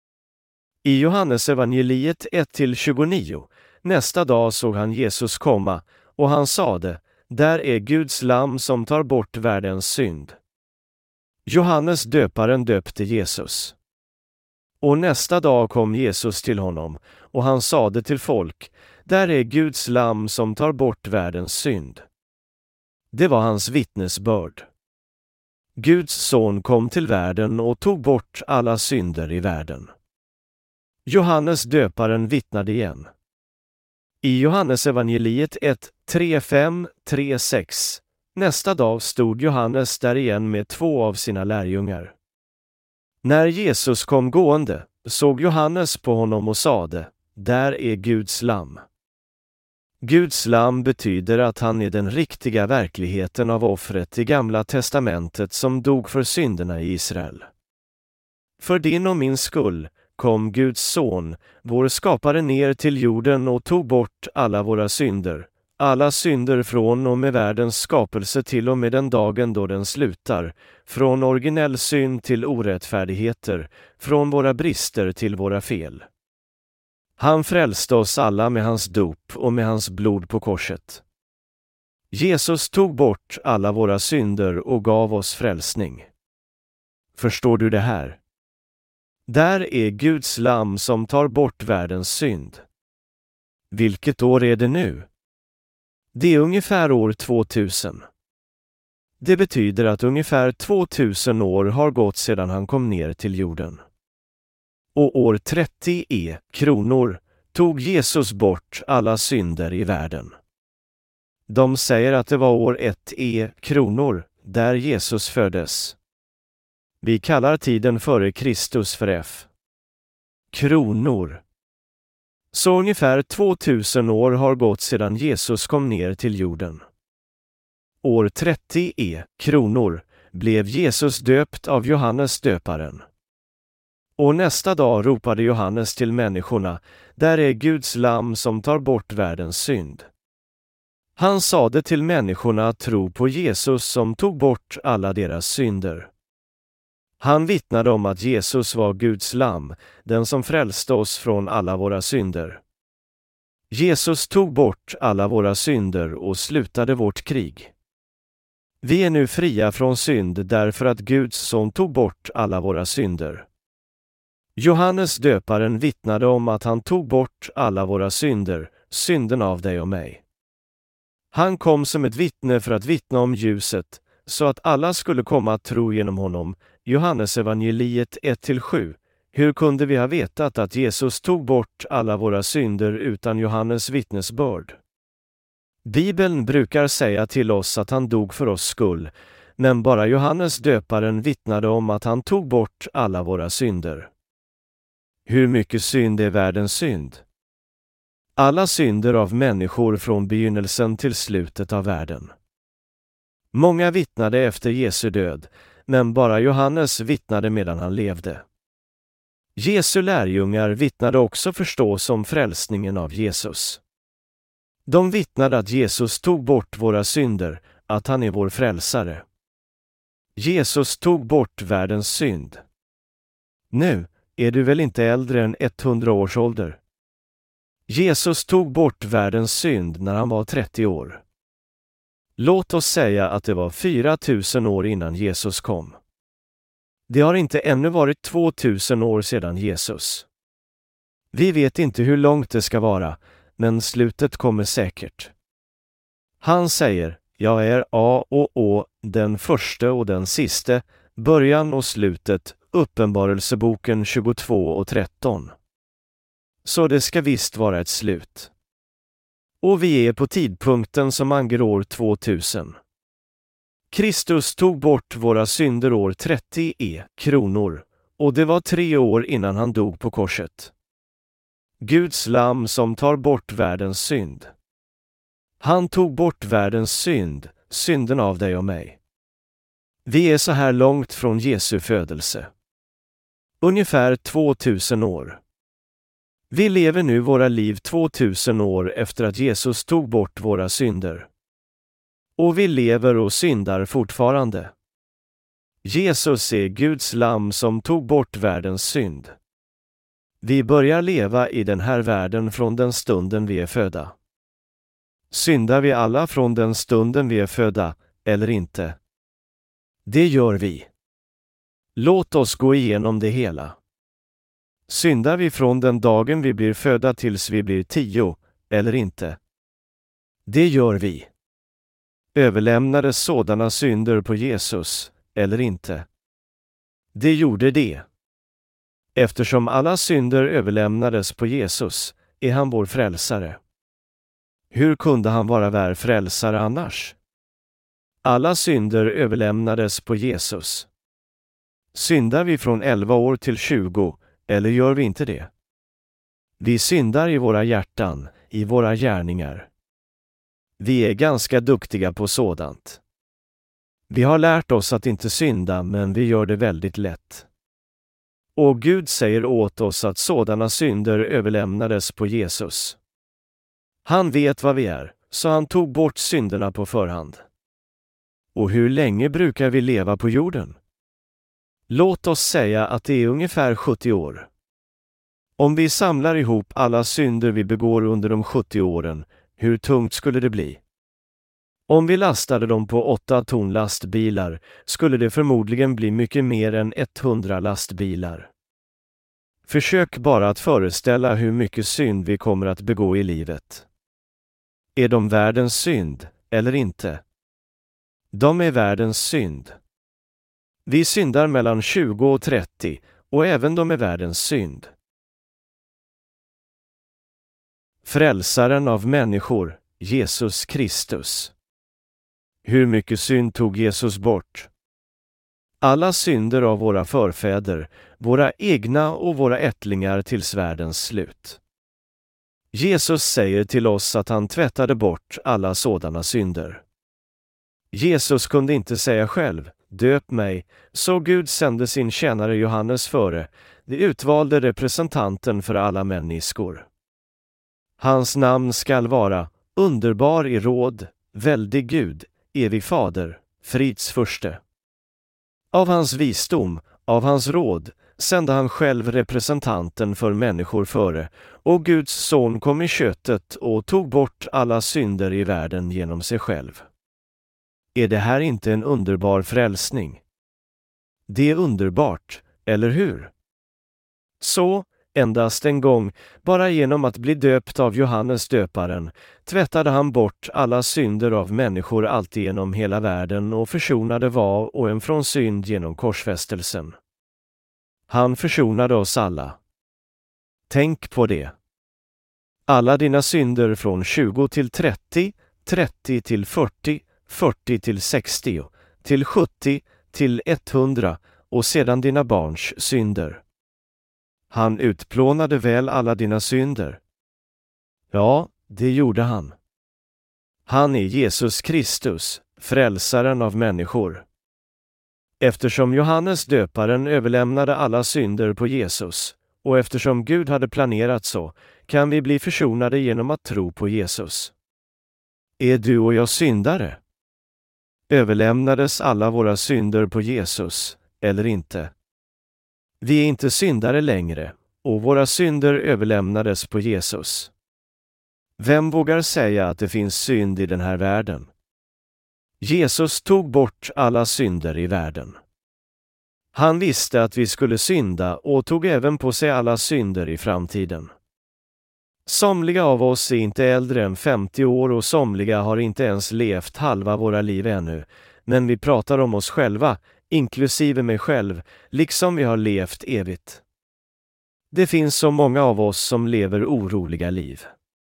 I Johannesevangeliet 1-29, nästa dag såg han Jesus komma, och han sade, där är Guds lamm som tar bort världens synd. Johannes döparen döpte Jesus. Och nästa dag kom Jesus till honom, och han sade till folk, där är Guds lamm som tar bort världens synd. Det var hans vittnesbörd. Guds son kom till världen och tog bort alla synder i världen. Johannes döparen vittnade igen. I Johannesevangeliet 1:3-5-3-6, nästa dag stod Johannes där igen med 2 av sina lärjungar. När Jesus kom gående, såg Johannes på honom och sade, där är Guds lamm. Guds lamm betyder att han är den riktiga verkligheten av offret i Gamla testamentet som dog för synderna i Israel. För din och min skull kom Guds son, vår skapare, ner till jorden och tog bort alla våra synder från och med världens skapelse till och med den dagen då den slutar, från originell synd till orättfärdigheter, från våra brister till våra fel. Han frälste oss alla med hans dop och med hans blod på korset. Jesus tog bort alla våra synder och gav oss frälsning. Förstår du det här? Där är Guds lamm som tar bort världens synd. Vilket år är det nu? Det är ungefär år 2000. Det betyder att ungefär 2000 år har gått sedan han kom ner till jorden. Och år 30 kronor tog Jesus bort alla synder i världen. De säger att det var år 1 kronor där Jesus föddes. Vi kallar tiden före Kristus för F. Kronor. Så ungefär 2000 år har gått sedan Jesus kom ner till jorden. År 30 kronor blev Jesus döpt av Johannes döparen. Och nästa dag ropade Johannes till människorna, där är Guds lamm som tar bort världens synd. Han sade till människorna att tro på Jesus som tog bort alla deras synder. Han vittnade om att Jesus var Guds lamm, den som frälste oss från alla våra synder. Jesus tog bort alla våra synder och slutade vårt krig. Vi är nu fria från synd därför att Guds son tog bort alla våra synder. Johannes döparen vittnade om att han tog bort alla våra synder, synden av dig och mig. Han kom som ett vittne för att vittna om ljuset, så att alla skulle komma att tro genom honom. Johannes evangeliet 1-7. Hur kunde vi ha vetat att Jesus tog bort alla våra synder utan Johannes vittnesbörd? Bibeln brukar säga till oss att han dog för oss skull, men bara Johannes döparen vittnade om att han tog bort alla våra synder. Hur mycket synd är världens synd? Alla synder av människor från begynnelsen till slutet av världen. Många vittnade efter Jesu död, men bara Johannes vittnade medan han levde. Jesu lärjungar vittnade också förstås om frälsningen av Jesus. De vittnade att Jesus tog bort våra synder, att han är vår frälsare. Jesus tog bort världens synd. Nu är du väl inte äldre än 100 års ålder? Jesus tog bort världens synd när han var 30 år. Låt oss säga att det var 4000 år innan Jesus kom. Det har inte ännu varit 2000 år sedan Jesus. Vi vet inte hur långt det ska vara, men slutet kommer säkert. Han säger, jag är A och Å, den första och den siste, början och slutet, Uppenbarelseboken 22:13. Så det ska visst vara ett slut. Och vi är på tidpunkten som anger år 2000. Kristus tog bort våra synder år 30 kronor, och det var 3 år innan han dog på korset. Guds lamm som tar bort världens synd. Han tog bort världens synd, synden av dig och mig. Vi är så här långt från Jesu födelse. Ungefär 2000 år. Vi lever nu våra liv 2000 år efter att Jesus tog bort våra synder. Och vi lever och syndar fortfarande. Jesus är Guds lamm som tog bort världens synd. Vi börjar leva i den här världen från den stunden vi är födda. Syndar vi alla från den stunden vi är födda, eller inte? Det gör vi. Låt oss gå igenom det hela. Syndar vi från den dagen vi blir födda tills vi blir 10, eller inte? Det gör vi. Överlämnades sådana synder på Jesus, eller inte? Det gjorde det. Eftersom alla synder överlämnades på Jesus, är han vår frälsare. Hur kunde han vara vår frälsare annars? Alla synder överlämnades på Jesus. Syndar vi från 11 år till 20, eller gör vi inte det? Vi syndar i våra hjärtan, i våra gärningar. Vi är ganska duktiga på sådant. Vi har lärt oss att inte synda, men vi gör det väldigt lätt. Och Gud säger åt oss att sådana synder överlämnades på Jesus. Han vet vad vi är, så han tog bort synderna på förhand. Och hur länge brukar vi leva på jorden? Låt oss säga att det är ungefär 70 år. Om vi samlar ihop alla synder vi begår under de 70 åren, hur tungt skulle det bli? Om vi lastade dem på 8 ton lastbilar skulle det förmodligen bli mycket mer än 100 lastbilar. Försök bara att föreställa hur mycket synd vi kommer att begå i livet. Är de världens synd, eller inte? De är världens synd. Vi syndar mellan 20 och 30, och även de är världens synd. Frälsaren av människor, Jesus Kristus. Hur mycket synd tog Jesus bort? Alla synder av våra förfäder, våra egna och våra ättlingar tills världens slut. Jesus säger till oss att han tvättade bort alla sådana synder. Jesus kunde inte säga själv, döp mig, så Gud sände sin tjänare Johannes före, det utvalde representanten för alla människor. Hans namn skall vara, underbar i råd, väldig Gud, evig fader, frids furste. Av hans visdom, av hans råd, sände han själv representanten för människor före, och Guds son kom i köttet och tog bort alla synder i världen genom sig själv. Är det här inte en underbar frälsning? Det är underbart, eller hur? Så, endast en gång, bara genom att bli döpt av Johannes döparen, tvättade han bort alla synder av människor alltigenom hela världen och försonade var och en från synd genom korsfästelsen. Han försonade oss alla. Tänk på det. Alla dina synder från 20 till 30, 30 till 40, 40 till 60, till 70, till 100 och sedan dina barns synder. Han utplånade väl alla dina synder? Ja, det gjorde han. Han är Jesus Kristus, frälsaren av människor. Eftersom Johannes döparen överlämnade alla synder på Jesus, och eftersom Gud hade planerat så, kan vi bli försonade genom att tro på Jesus. Är du och jag syndare? Överlämnades alla våra synder på Jesus, eller inte? Vi är inte syndare längre, och våra synder överlämnades på Jesus. Vem vågar säga att det finns synd i den här världen? Jesus tog bort alla synder i världen. Han visste att vi skulle synda och tog även på sig alla synder i framtiden. Somliga av oss är inte äldre än 50 år och somliga har inte ens levt halva våra liv ännu, men vi pratar om oss själva, inklusive mig själv, liksom vi har levt evigt. Det finns så många av oss som lever oroliga liv.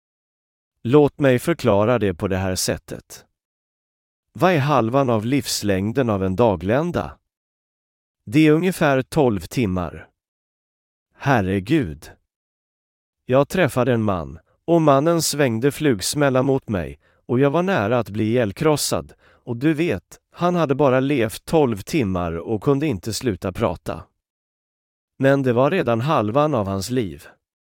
Låt mig förklara det på det här sättet. Vad är halvan av livslängden av en daglända? Det är ungefär 12 timmar. Herregud! Jag träffade en man, och mannen svängde flugsmälla mot mig, och jag var nära att bli ihjälkrossad, och du vet, han hade bara levt 12 timmar och kunde inte sluta prata. Men det var redan halvan av hans liv.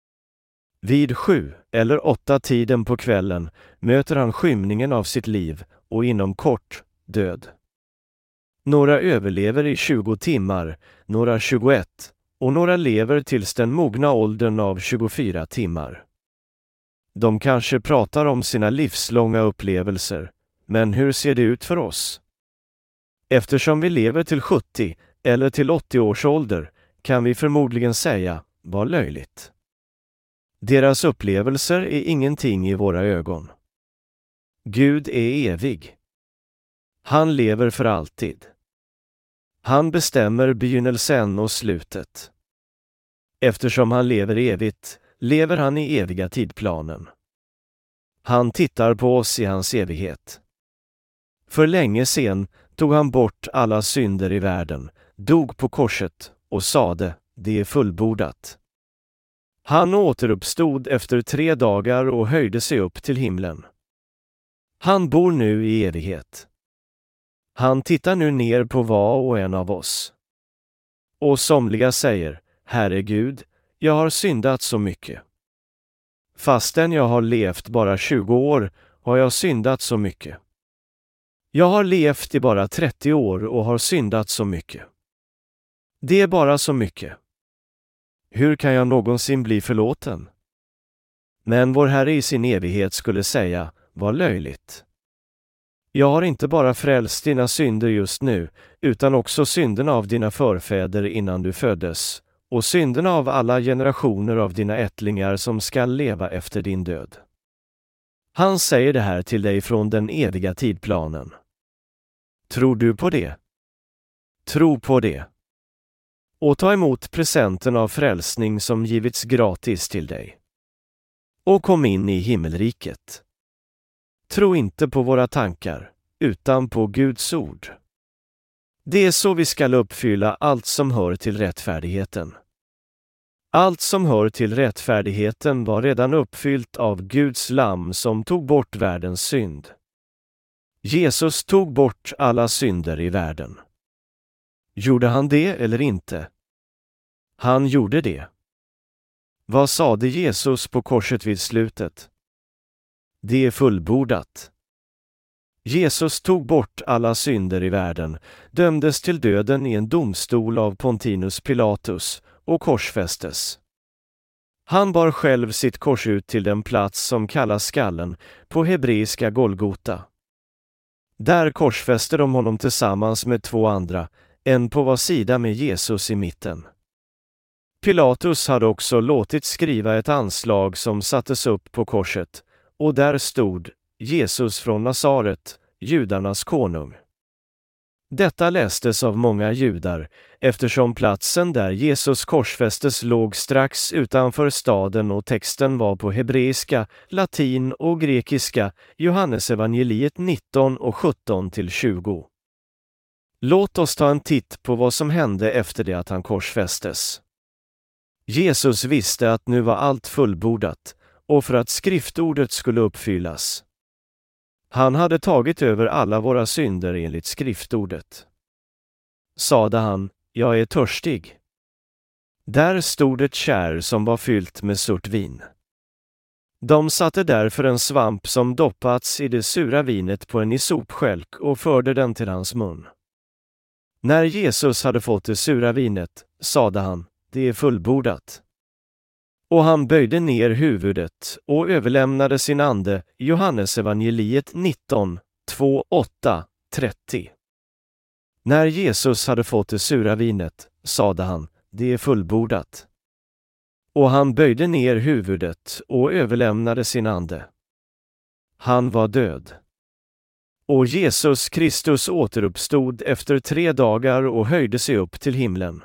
Vid 7 eller 8 tiden på kvällen möter han skymningen av sitt liv och inom kort död. Några överlever i 20 timmar, några 21 och några lever tills den mogna åldern av 24 timmar. De kanske pratar om sina livslånga upplevelser, men hur ser det ut för oss? Eftersom vi lever till 70 eller till 80 års ålder kan vi förmodligen säga, vad löjligt. Deras upplevelser är ingenting i våra ögon. Gud är evig. Han lever för alltid. Han bestämmer begynnelsen och slutet. Eftersom han lever evigt, lever han i eviga tidplanen. Han tittar på oss i hans evighet. För länge sedan tog han bort alla synder i världen, dog på korset och sade, det är fullbordat. Han återuppstod efter 3 dagar och höjde sig upp till himlen. Han bor nu i evighet. Han tittar nu ner på var och en av oss. Och somliga säger, herregud, jag har syndat så mycket. Fastän jag har levt bara 20 år har jag syndat så mycket. Jag har levt i bara 30 år och har syndat så mycket. Det är bara så mycket. Hur kan jag någonsin bli förlåten? Men vår Herre i sin evighet skulle säga, vad löjligt. Jag har inte bara frälst dina synder just nu, utan också synderna av dina förfäder innan du föddes, och synderna av alla generationer av dina ättlingar som skall leva efter din död. Han säger det här till dig från den eviga tidplanen. Tror du på det? Tro på det. Och ta emot presenten av frälsning som givits gratis till dig. Och kom in i himmelriket. Tro inte på våra tankar, utan på Guds ord. Det är så vi skall uppfylla allt som hör till rättfärdigheten. Allt som hör till rättfärdigheten var redan uppfyllt av Guds lamm som tog bort världens synd. Jesus tog bort alla synder i världen. Gjorde han det eller inte? Han gjorde det. Vad sade Jesus på korset vid slutet? Det är fullbordat. Jesus tog bort alla synder i världen, dömdes till döden i en domstol av Pontius Pilatus och korsfästes. Han bar själv sitt kors ut till den plats som kallas skallen, på hebreiska Golgota. Där korsfäste de honom tillsammans med 2 andra, en på var sida med Jesus i mitten. Pilatus hade också låtit skriva ett anslag som sattes upp på korset, och där stod Jesus från Nasaret, judarnas konung. Detta lästes av många judar, eftersom platsen där Jesus korsfästes låg strax utanför staden och texten var på hebreiska, latin och grekiska, Johannesevangeliet 19 och 17-20. Låt oss ta en titt på vad som hände efter det att han korsfästes. Jesus visste att nu var allt fullbordat, och för att skriftordet skulle uppfyllas. Han hade tagit över alla våra synder enligt skriftordet. Sade han, jag är törstig. Där stod ett kärr som var fyllt med surt vin. De satte därför en svamp som doppats i det sura vinet på en isopskälk och förde den till hans mun. När Jesus hade fått det sura vinet, sade han, det är fullbordat. Och han böjde ner huvudet och överlämnade sin ande, Johannesevangeliet 19, 2, 8, 30. När Jesus hade fått det sura vinet, sade han, det är fullbordat. Och han böjde ner huvudet och överlämnade sin ande. Han var död. Och Jesus Kristus återuppstod efter 3 dagar och höjde sig upp till himlen.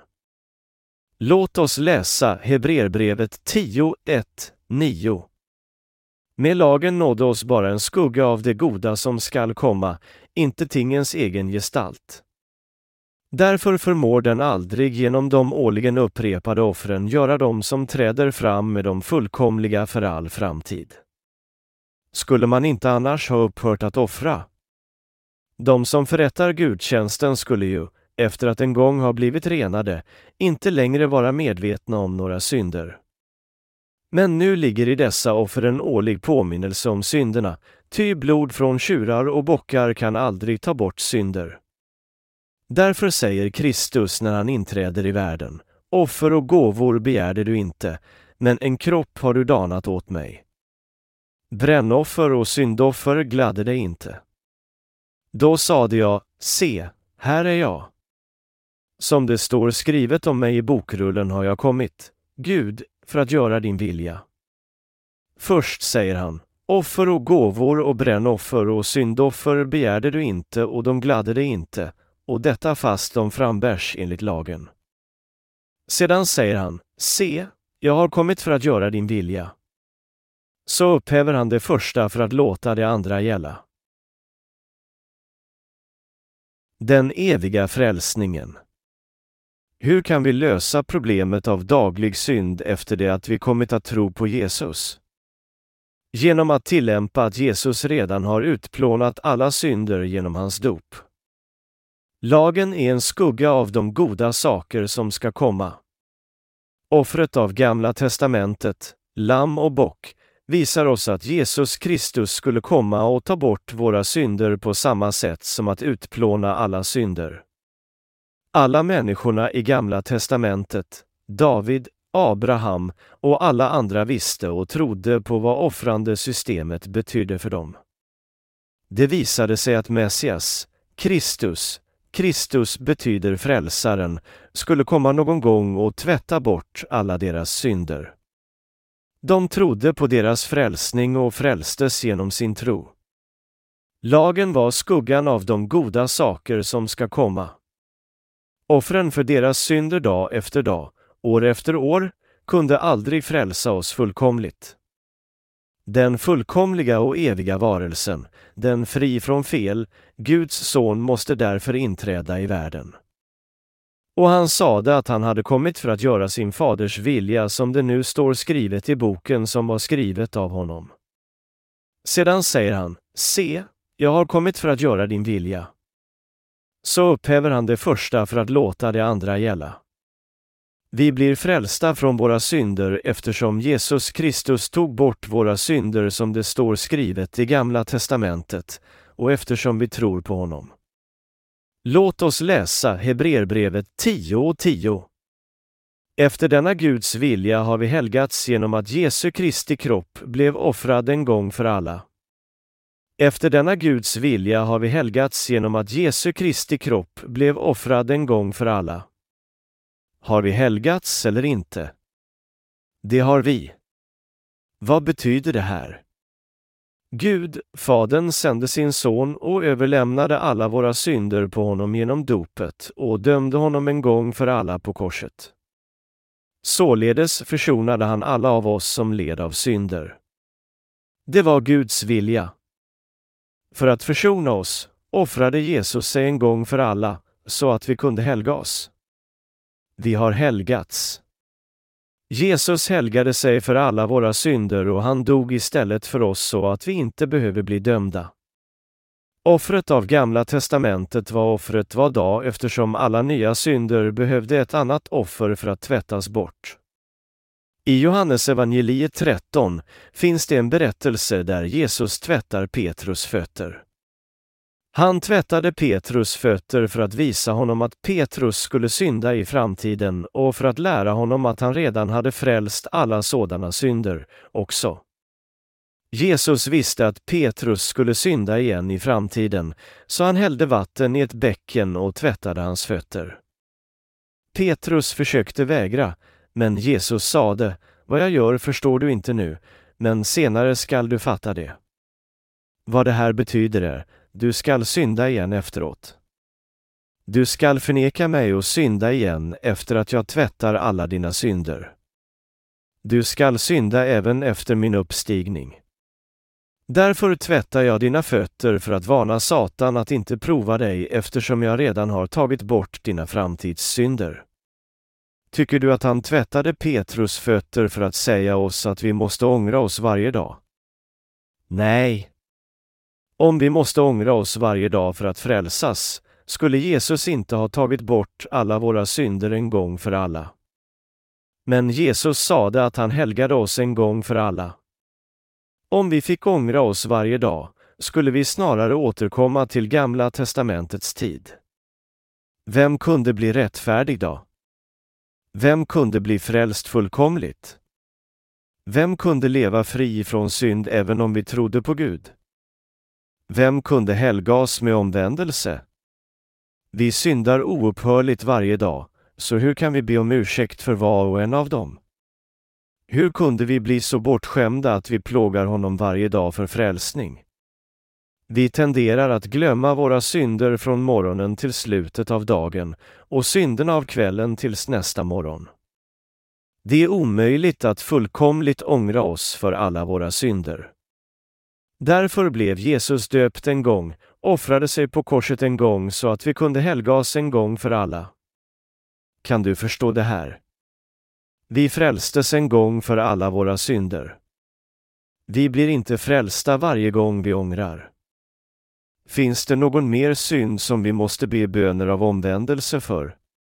Låt oss läsa Hebreerbrevet 10, 1, 9. Med lagen nådde oss bara en skugga av det goda som skall komma, inte tingens egen gestalt. Därför förmår den aldrig genom de årligen upprepade offren göra dem som träder fram med de fullkomliga för all framtid. Skulle man inte annars ha upphört att offra? De som förrättar gudstjänsten skulle ju, efter att en gång ha blivit renade, inte längre vara medvetna om några synder. Men nu ligger i dessa offer en årlig påminnelse om synderna, ty blod från tjurar och bockar kan aldrig ta bort synder. Därför säger Kristus när han inträder i världen, offer och gåvor begärde du inte, men en kropp har du danat åt mig. Brännoffer och syndoffer gladde dig inte. Då sade jag, se, här är jag. Som det står skrivet om mig i bokrullen har jag kommit, Gud, för att göra din vilja. Först säger han, offer och gåvor och brännoffer och syndoffer begärde du inte och de gladde dig inte, och detta fast de frambärs enligt lagen. Sedan säger han, se, jag har kommit för att göra din vilja. Så upphäver han det första för att låta det andra gälla. Den eviga frälsningen. Hur kan vi lösa problemet av daglig synd efter det att vi kommit att tro på Jesus? Genom att tillämpa att Jesus redan har utplånat alla synder genom hans dop. Lagen är en skugga av de goda saker som ska komma. Offret av Gamla testamentet, lamm och bock, visar oss att Jesus Kristus skulle komma och ta bort våra synder på samma sätt som att utplåna alla synder. Alla människorna i Gamla testamentet, David, Abraham och alla andra visste och trodde på vad offrande systemet betydde för dem. Det visade sig att Messias, Kristus betyder frälsaren, skulle komma någon gång och tvätta bort alla deras synder. De trodde på deras frälsning och frälstes genom sin tro. Lagen var skuggan av de goda saker som ska komma. Offren för deras synder dag efter dag, år efter år, kunde aldrig frälsa oss fullkomligt. Den fullkomliga och eviga varelsen, den fri från fel, Guds son måste därför inträda i världen. Och han sade att han hade kommit för att göra sin faders vilja som det nu står skrivet i boken som var skrivet av honom. Sedan säger han, se, jag har kommit för att göra din vilja. Så upphäver han det första för att låta det andra gälla. Vi blir frälsta från våra synder eftersom Jesus Kristus tog bort våra synder som det står skrivet i Gamla testamentet, och eftersom vi tror på honom. Låt oss läsa Hebreerbrevet 10:10. Efter denna Guds vilja har vi helgats genom att Jesu Kristi kropp blev offrad en gång för alla. Efter denna Guds vilja har vi helgats genom att Jesu Kristi kropp blev offrad en gång för alla. Har vi helgats eller inte? Det har vi. Vad betyder det här? Gud, Fadern, sände sin son och överlämnade alla våra synder på honom genom dopet och dömde honom en gång för alla på korset. Således försonade han alla av oss som led av synder. Det var Guds vilja. För att försona oss offrade Jesus sig en gång för alla, så att vi kunde helga oss. Vi har helgats. Jesus helgade sig för alla våra synder och han dog istället för oss så att vi inte behöver bli dömda. Offret av Gamla testamentet var offret var dag eftersom alla nya synder behövde ett annat offer för att tvättas bort. I Johannes evangeliet 13 finns det en berättelse där Jesus tvättar Petrus fötter. Han tvättade Petrus fötter för att visa honom att Petrus skulle synda i framtiden och för att lära honom att han redan hade frälst alla sådana synder också. Jesus visste att Petrus skulle synda igen i framtiden, så han hällde vatten i ett bäcken och tvättade hans fötter. Petrus försökte vägra, men Jesus sade, vad jag gör förstår du inte nu, men senare skall du fatta det. Vad det här betyder är, du skall synda igen efteråt. Du skall förneka mig och synda igen efter att jag tvättar alla dina synder. Du skall synda även efter min uppstigning. Därför tvättar jag dina fötter för att varna Satan att inte prova dig eftersom jag redan har tagit bort dina framtidssynder. Tycker du att han tvättade Petrus fötter för att säga oss att vi måste ångra oss varje dag? Nej. Om vi måste ångra oss varje dag för att frälsas, skulle Jesus inte ha tagit bort alla våra synder en gång för alla. Men Jesus sade att han helgade oss en gång för alla. Om vi fick ångra oss varje dag, skulle vi snarare återkomma till Gamla testamentets tid. Vem kunde bli rättfärdig då? Vem kunde bli frälst fullkomligt? Vem kunde leva fri från synd även om vi trodde på Gud? Vem kunde helga oss med omvändelse? Vi syndar oupphörligt varje dag, så hur kan vi be om ursäkt för var och en av dem? Hur kunde vi bli så bortskämda att vi plågar honom varje dag för frälsning? Vi tenderar att glömma våra synder från morgonen till slutet av dagen och synderna av kvällen tills nästa morgon. Det är omöjligt att fullkomligt ångra oss för alla våra synder. Därför blev Jesus döpt en gång, offrade sig på korset en gång så att vi kunde helga oss en gång för alla. Kan du förstå det här? Vi frälstes en gång för alla våra synder. Vi blir inte frälsta varje gång vi ångrar. Finns det någon mer synd som vi måste be böner av omvändelse för?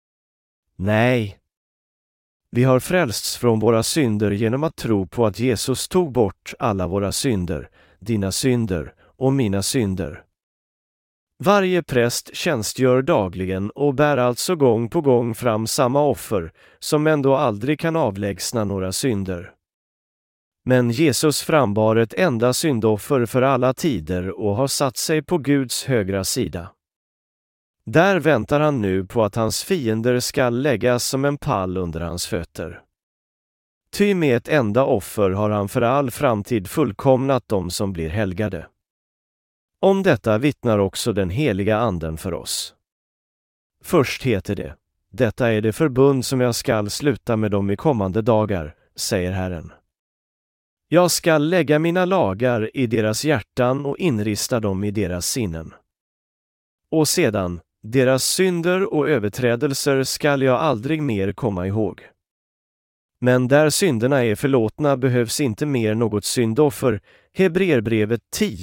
Nej. Vi har frälsts från våra synder genom att tro på att Jesus tog bort alla våra synder, dina synder och mina synder. Varje präst tjänstgör dagligen och bär alltså gång på gång fram samma offer, som ändå aldrig kan avlägsna några synder. Men Jesus frambar ett enda syndoffer för alla tider och har satt sig på Guds högra sida. Där väntar han nu på att hans fiender skall läggas som en pall under hans fötter. Ty med ett enda offer har han för all framtid fullkomnat dem som blir helgade. Om detta vittnar också den heliga anden för oss. Först heter det, detta är det förbund som jag skall sluta med dem i kommande dagar, säger Herren. Jag skall lägga mina lagar i deras hjärtan och inrista dem i deras sinnen. Och sedan, deras synder och överträdelser skall jag aldrig mer komma ihåg. Men där synderna är förlåtna behövs inte mer något syndoffer, Hebreerbrevet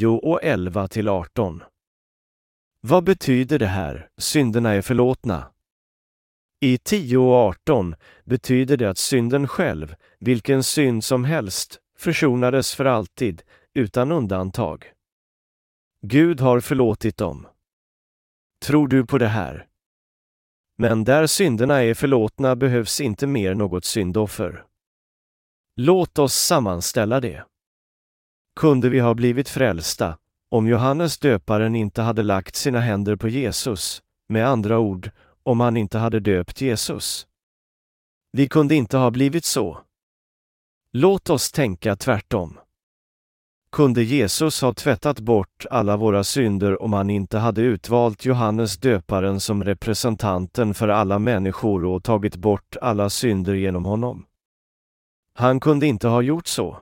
10:11-18. Vad betyder det här, synderna är förlåtna? I 10:18 betyder det att synden själv, vilken synd som helst, försonades för alltid, utan undantag. Gud har förlåtit dem. Tror du på det här? Men där synderna är förlåtna behövs inte mer något syndoffer. Låt oss sammanställa det. Kunde vi ha blivit frälsta om Johannes döparen inte hade lagt sina händer på Jesus, med andra ord, om han inte hade döpt Jesus? Vi kunde inte ha blivit så. Låt oss tänka tvärtom. Kunde Jesus ha tvättat bort alla våra synder om han inte hade utvalt Johannes döparen som representanten för alla människor och tagit bort alla synder genom honom? Han kunde inte ha gjort så.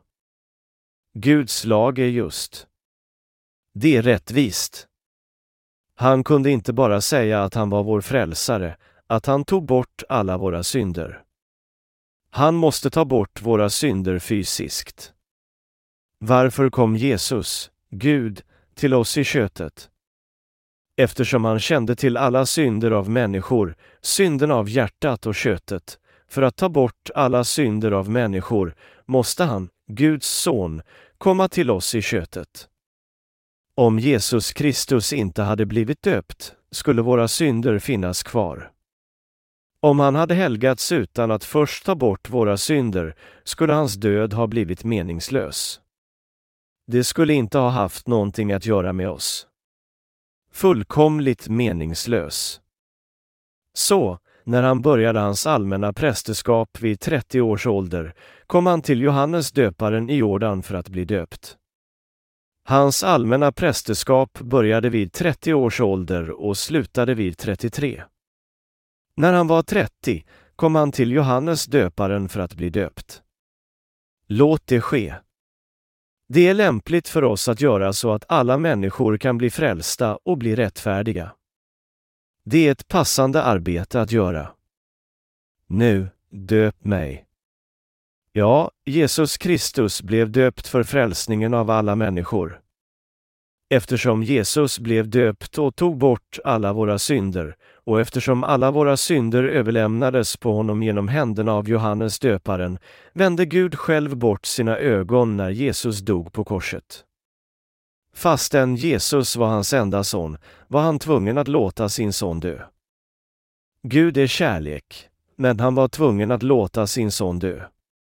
Guds lag är just. Det är rättvist. Han kunde inte bara säga att han var vår frälsare, att han tog bort alla våra synder. Han måste ta bort våra synder fysiskt. Varför kom Jesus, Gud, till oss i köttet? Eftersom han kände till alla synder av människor, synden av hjärtat och köttet, för att ta bort alla synder av människor, måste han, Guds son, komma till oss i köttet. Om Jesus Kristus inte hade blivit döpt, skulle våra synder finnas kvar. Om han hade helgats utan att först ta bort våra synder, skulle hans död ha blivit meningslös. Det skulle inte ha haft någonting att göra med oss. Fullkomligt meningslös. Så, när han började hans allmänna prästerskap vid 30 års ålder, kom han till Johannes döparen i Jordan för att bli döpt. Hans allmänna prästerskap började vid 30 års ålder och slutade vid 33. När han var 30 kom han till Johannes döparen för att bli döpt. Låt det ske. Det är lämpligt för oss att göra så att alla människor kan bli frälsta och bli rättfärdiga. Det är ett passande arbete att göra. Nu, döp mig. Ja, Jesus Kristus blev döpt för frälsningen av alla människor. Eftersom Jesus blev döpt och tog bort alla våra synder, och eftersom alla våra synder överlämnades på honom genom händerna av Johannes döparen, vände Gud själv bort sina ögon när Jesus dog på korset. Fastän Jesus var hans enda son, var han tvungen att låta sin son dö. Gud är kärlek, men han var tvungen att låta sin son dö.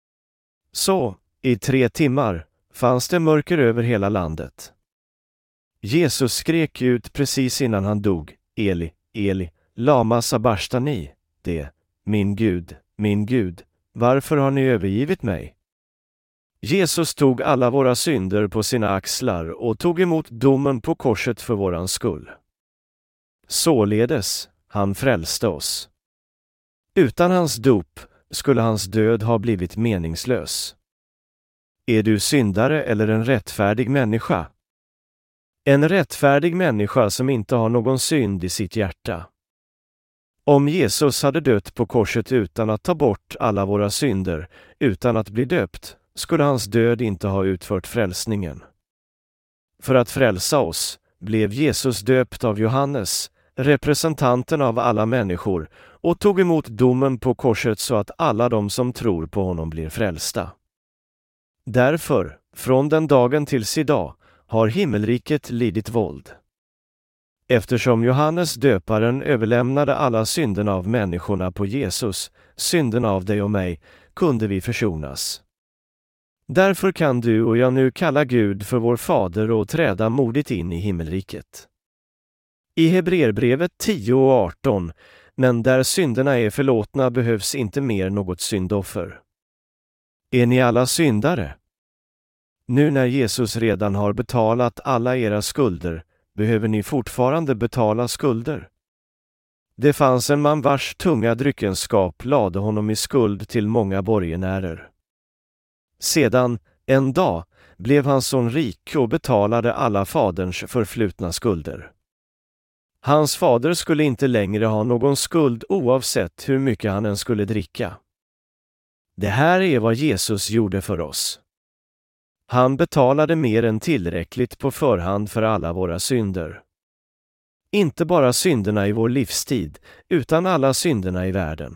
Så, i 3 timmar, fanns det mörker över hela landet. Jesus skrek ut precis innan han dog, Eli, Eli, lama sabachthani, det, min Gud, varför har ni övergivit mig? Jesus tog alla våra synder på sina axlar och tog emot domen på korset för våran skull. Således, han frälste oss. Utan hans dop skulle hans död ha blivit meningslös. Är du syndare eller en rättfärdig människa? En rättfärdig människa som inte har någon synd i sitt hjärta. Om Jesus hade dött på korset utan att ta bort alla våra synder, utan att bli döpt, skulle hans död inte ha utfört frälsningen. För att frälsa oss blev Jesus döpt av Johannes, representanten av alla människor, och tog emot domen på korset så att alla de som tror på honom blir frälsta. Därför, från den dagen tills idag, har himmelriket lidit våld. Eftersom Johannes döparen överlämnade alla synderna av människorna på Jesus, synderna av dig och mig, kunde vi försonas. Därför kan du och jag nu kalla Gud för vår fader och träda modigt in i himmelriket. I Hebreerbrevet 10 och 18, men där synderna är förlåtna behövs inte mer något syndoffer. Är ni alla syndare? Nu när Jesus redan har betalat alla era skulder, behöver ni fortfarande betala skulder? Det fanns en man vars tunga dryckenskap lade honom i skuld till många borgenärer. Sedan, en dag, blev hans son rik och betalade alla faderns förflutna skulder. Hans fader skulle inte längre ha någon skuld oavsett hur mycket han än skulle dricka. Det här är vad Jesus gjorde för oss. Han betalade mer än tillräckligt på förhand för alla våra synder. Inte bara synderna i vår livstid, utan alla synderna i världen.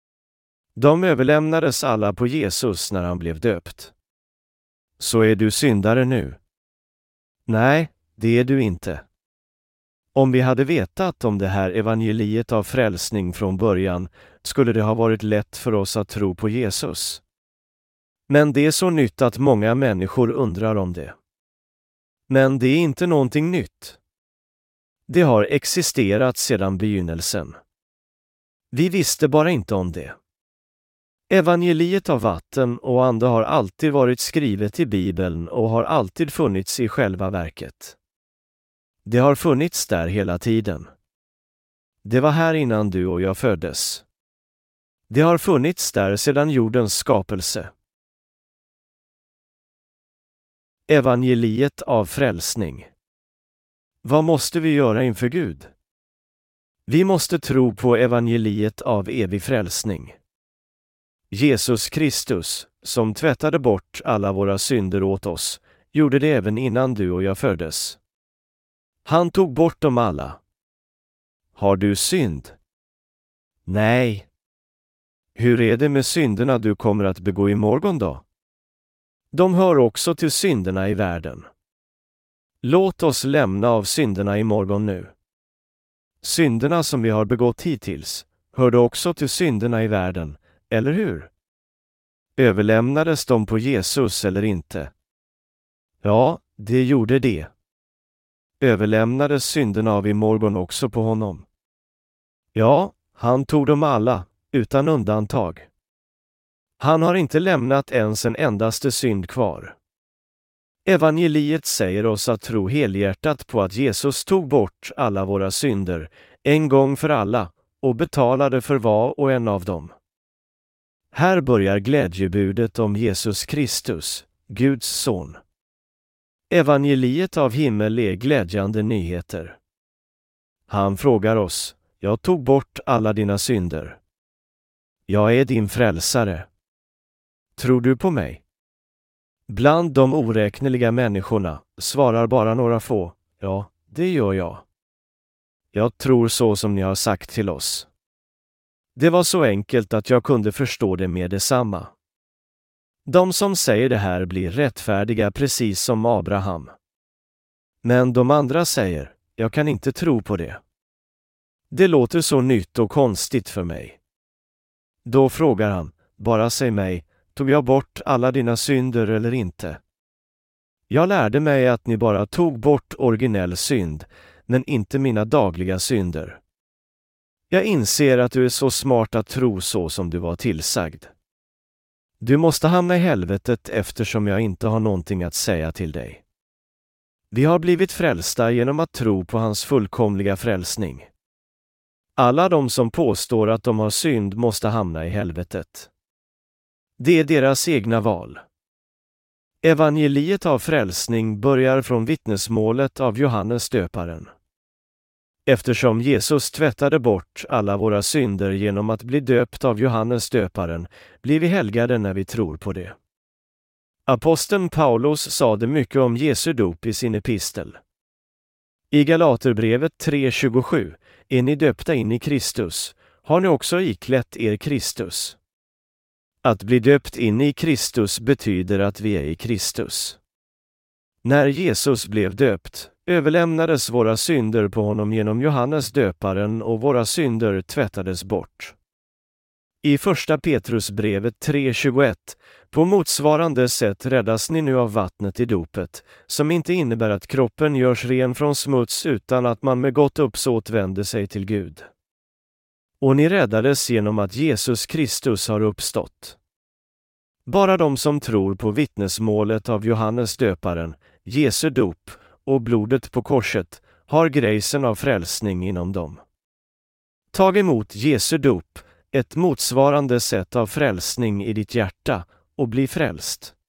De överlämnades alla på Jesus när han blev döpt. Så är du syndare nu? Nej, det är du inte. Om vi hade vetat om det här evangeliet av frälsning från början skulle det ha varit lätt för oss att tro på Jesus. Men det är så nytt att många människor undrar om det. Men det är inte någonting nytt. Det har existerat sedan begynnelsen. Vi visste bara inte om det. Evangeliet av vatten och ande har alltid varit skrivet i Bibeln och har alltid funnits i själva verket. Det har funnits där hela tiden. Det var här innan du och jag föddes. Det har funnits där sedan jordens skapelse. Evangeliet av frälsning. Vad måste vi göra inför Gud? Vi måste tro på evangeliet av evig frälsning. Jesus Kristus, som tvättade bort alla våra synder åt oss, gjorde det även innan du och jag föddes. Han tog bort dem alla. Har du synd? Nej. Hur är det med synderna du kommer att begå imorgon då? De hör också till synderna i världen. Låt oss lämna av synderna imorgon nu. Synderna som vi har begått hittills hörde också till synderna i världen, eller hur? Överlämnades de på Jesus eller inte? Ja, det gjorde det. Överlämnades synderna av imorgon också på honom? Ja, han tog dem alla, utan undantag. Han har inte lämnat ens en endaste synd kvar. Evangeliet säger oss att tro helhjärtat på att Jesus tog bort alla våra synder, en gång för alla, och betalade för var och en av dem. Här börjar glädjebudet om Jesus Kristus, Guds son. Evangeliet av himmel är glädjande nyheter. Han frågar oss, jag tog bort alla dina synder. Jag är din frälsare. Tror du på mig? Bland de oräkneliga människorna svarar bara några få, ja, det gör jag. Jag tror så som ni har sagt till oss. Det var så enkelt att jag kunde förstå det med detsamma. De som säger det här blir rättfärdiga precis som Abraham. Men de andra säger, jag kan inte tro på det. Det låter så nytt och konstigt för mig. Då frågar han, bara säg mig, tog jag bort alla dina synder eller inte? Jag lärde mig att ni bara tog bort originell synd, men inte mina dagliga synder. Jag inser att du är så smart att tro så som du var tillsagd. Du måste hamna i helvetet eftersom jag inte har någonting att säga till dig. Vi har blivit frälsta genom att tro på hans fullkomliga frälsning. Alla de som påstår att de har synd måste hamna i helvetet. Det är deras egna val. Evangeliet av frälsning börjar från vittnesmålet av Johannes döparen. Eftersom Jesus tvättade bort alla våra synder genom att bli döpt av Johannes döparen, blir vi helgade när vi tror på det. Aposteln Paulus sade mycket om Jesu dop i sin epistel. I Galaterbrevet 3:27, är ni döpta in i Kristus, har ni också iklätt er Kristus. Att bli döpt in i Kristus betyder att vi är i Kristus. När Jesus blev döpt, överlämnades våra synder på honom genom Johannes döparen och våra synder tvättades bort. I första Petrusbrevet 3:21, på motsvarande sätt räddas ni nu av vattnet i dopet, som inte innebär att kroppen görs ren från smuts utan att man med gott uppsåt vänder sig till Gud. Och ni räddades genom att Jesus Kristus har uppstått. Bara de som tror på vittnesmålet av Johannes döparen, Jesu dop och blodet på korset har grejsen av frälsning inom dem. Tag emot Jesu dop, ett motsvarande sätt av frälsning i ditt hjärta, och bli frälst.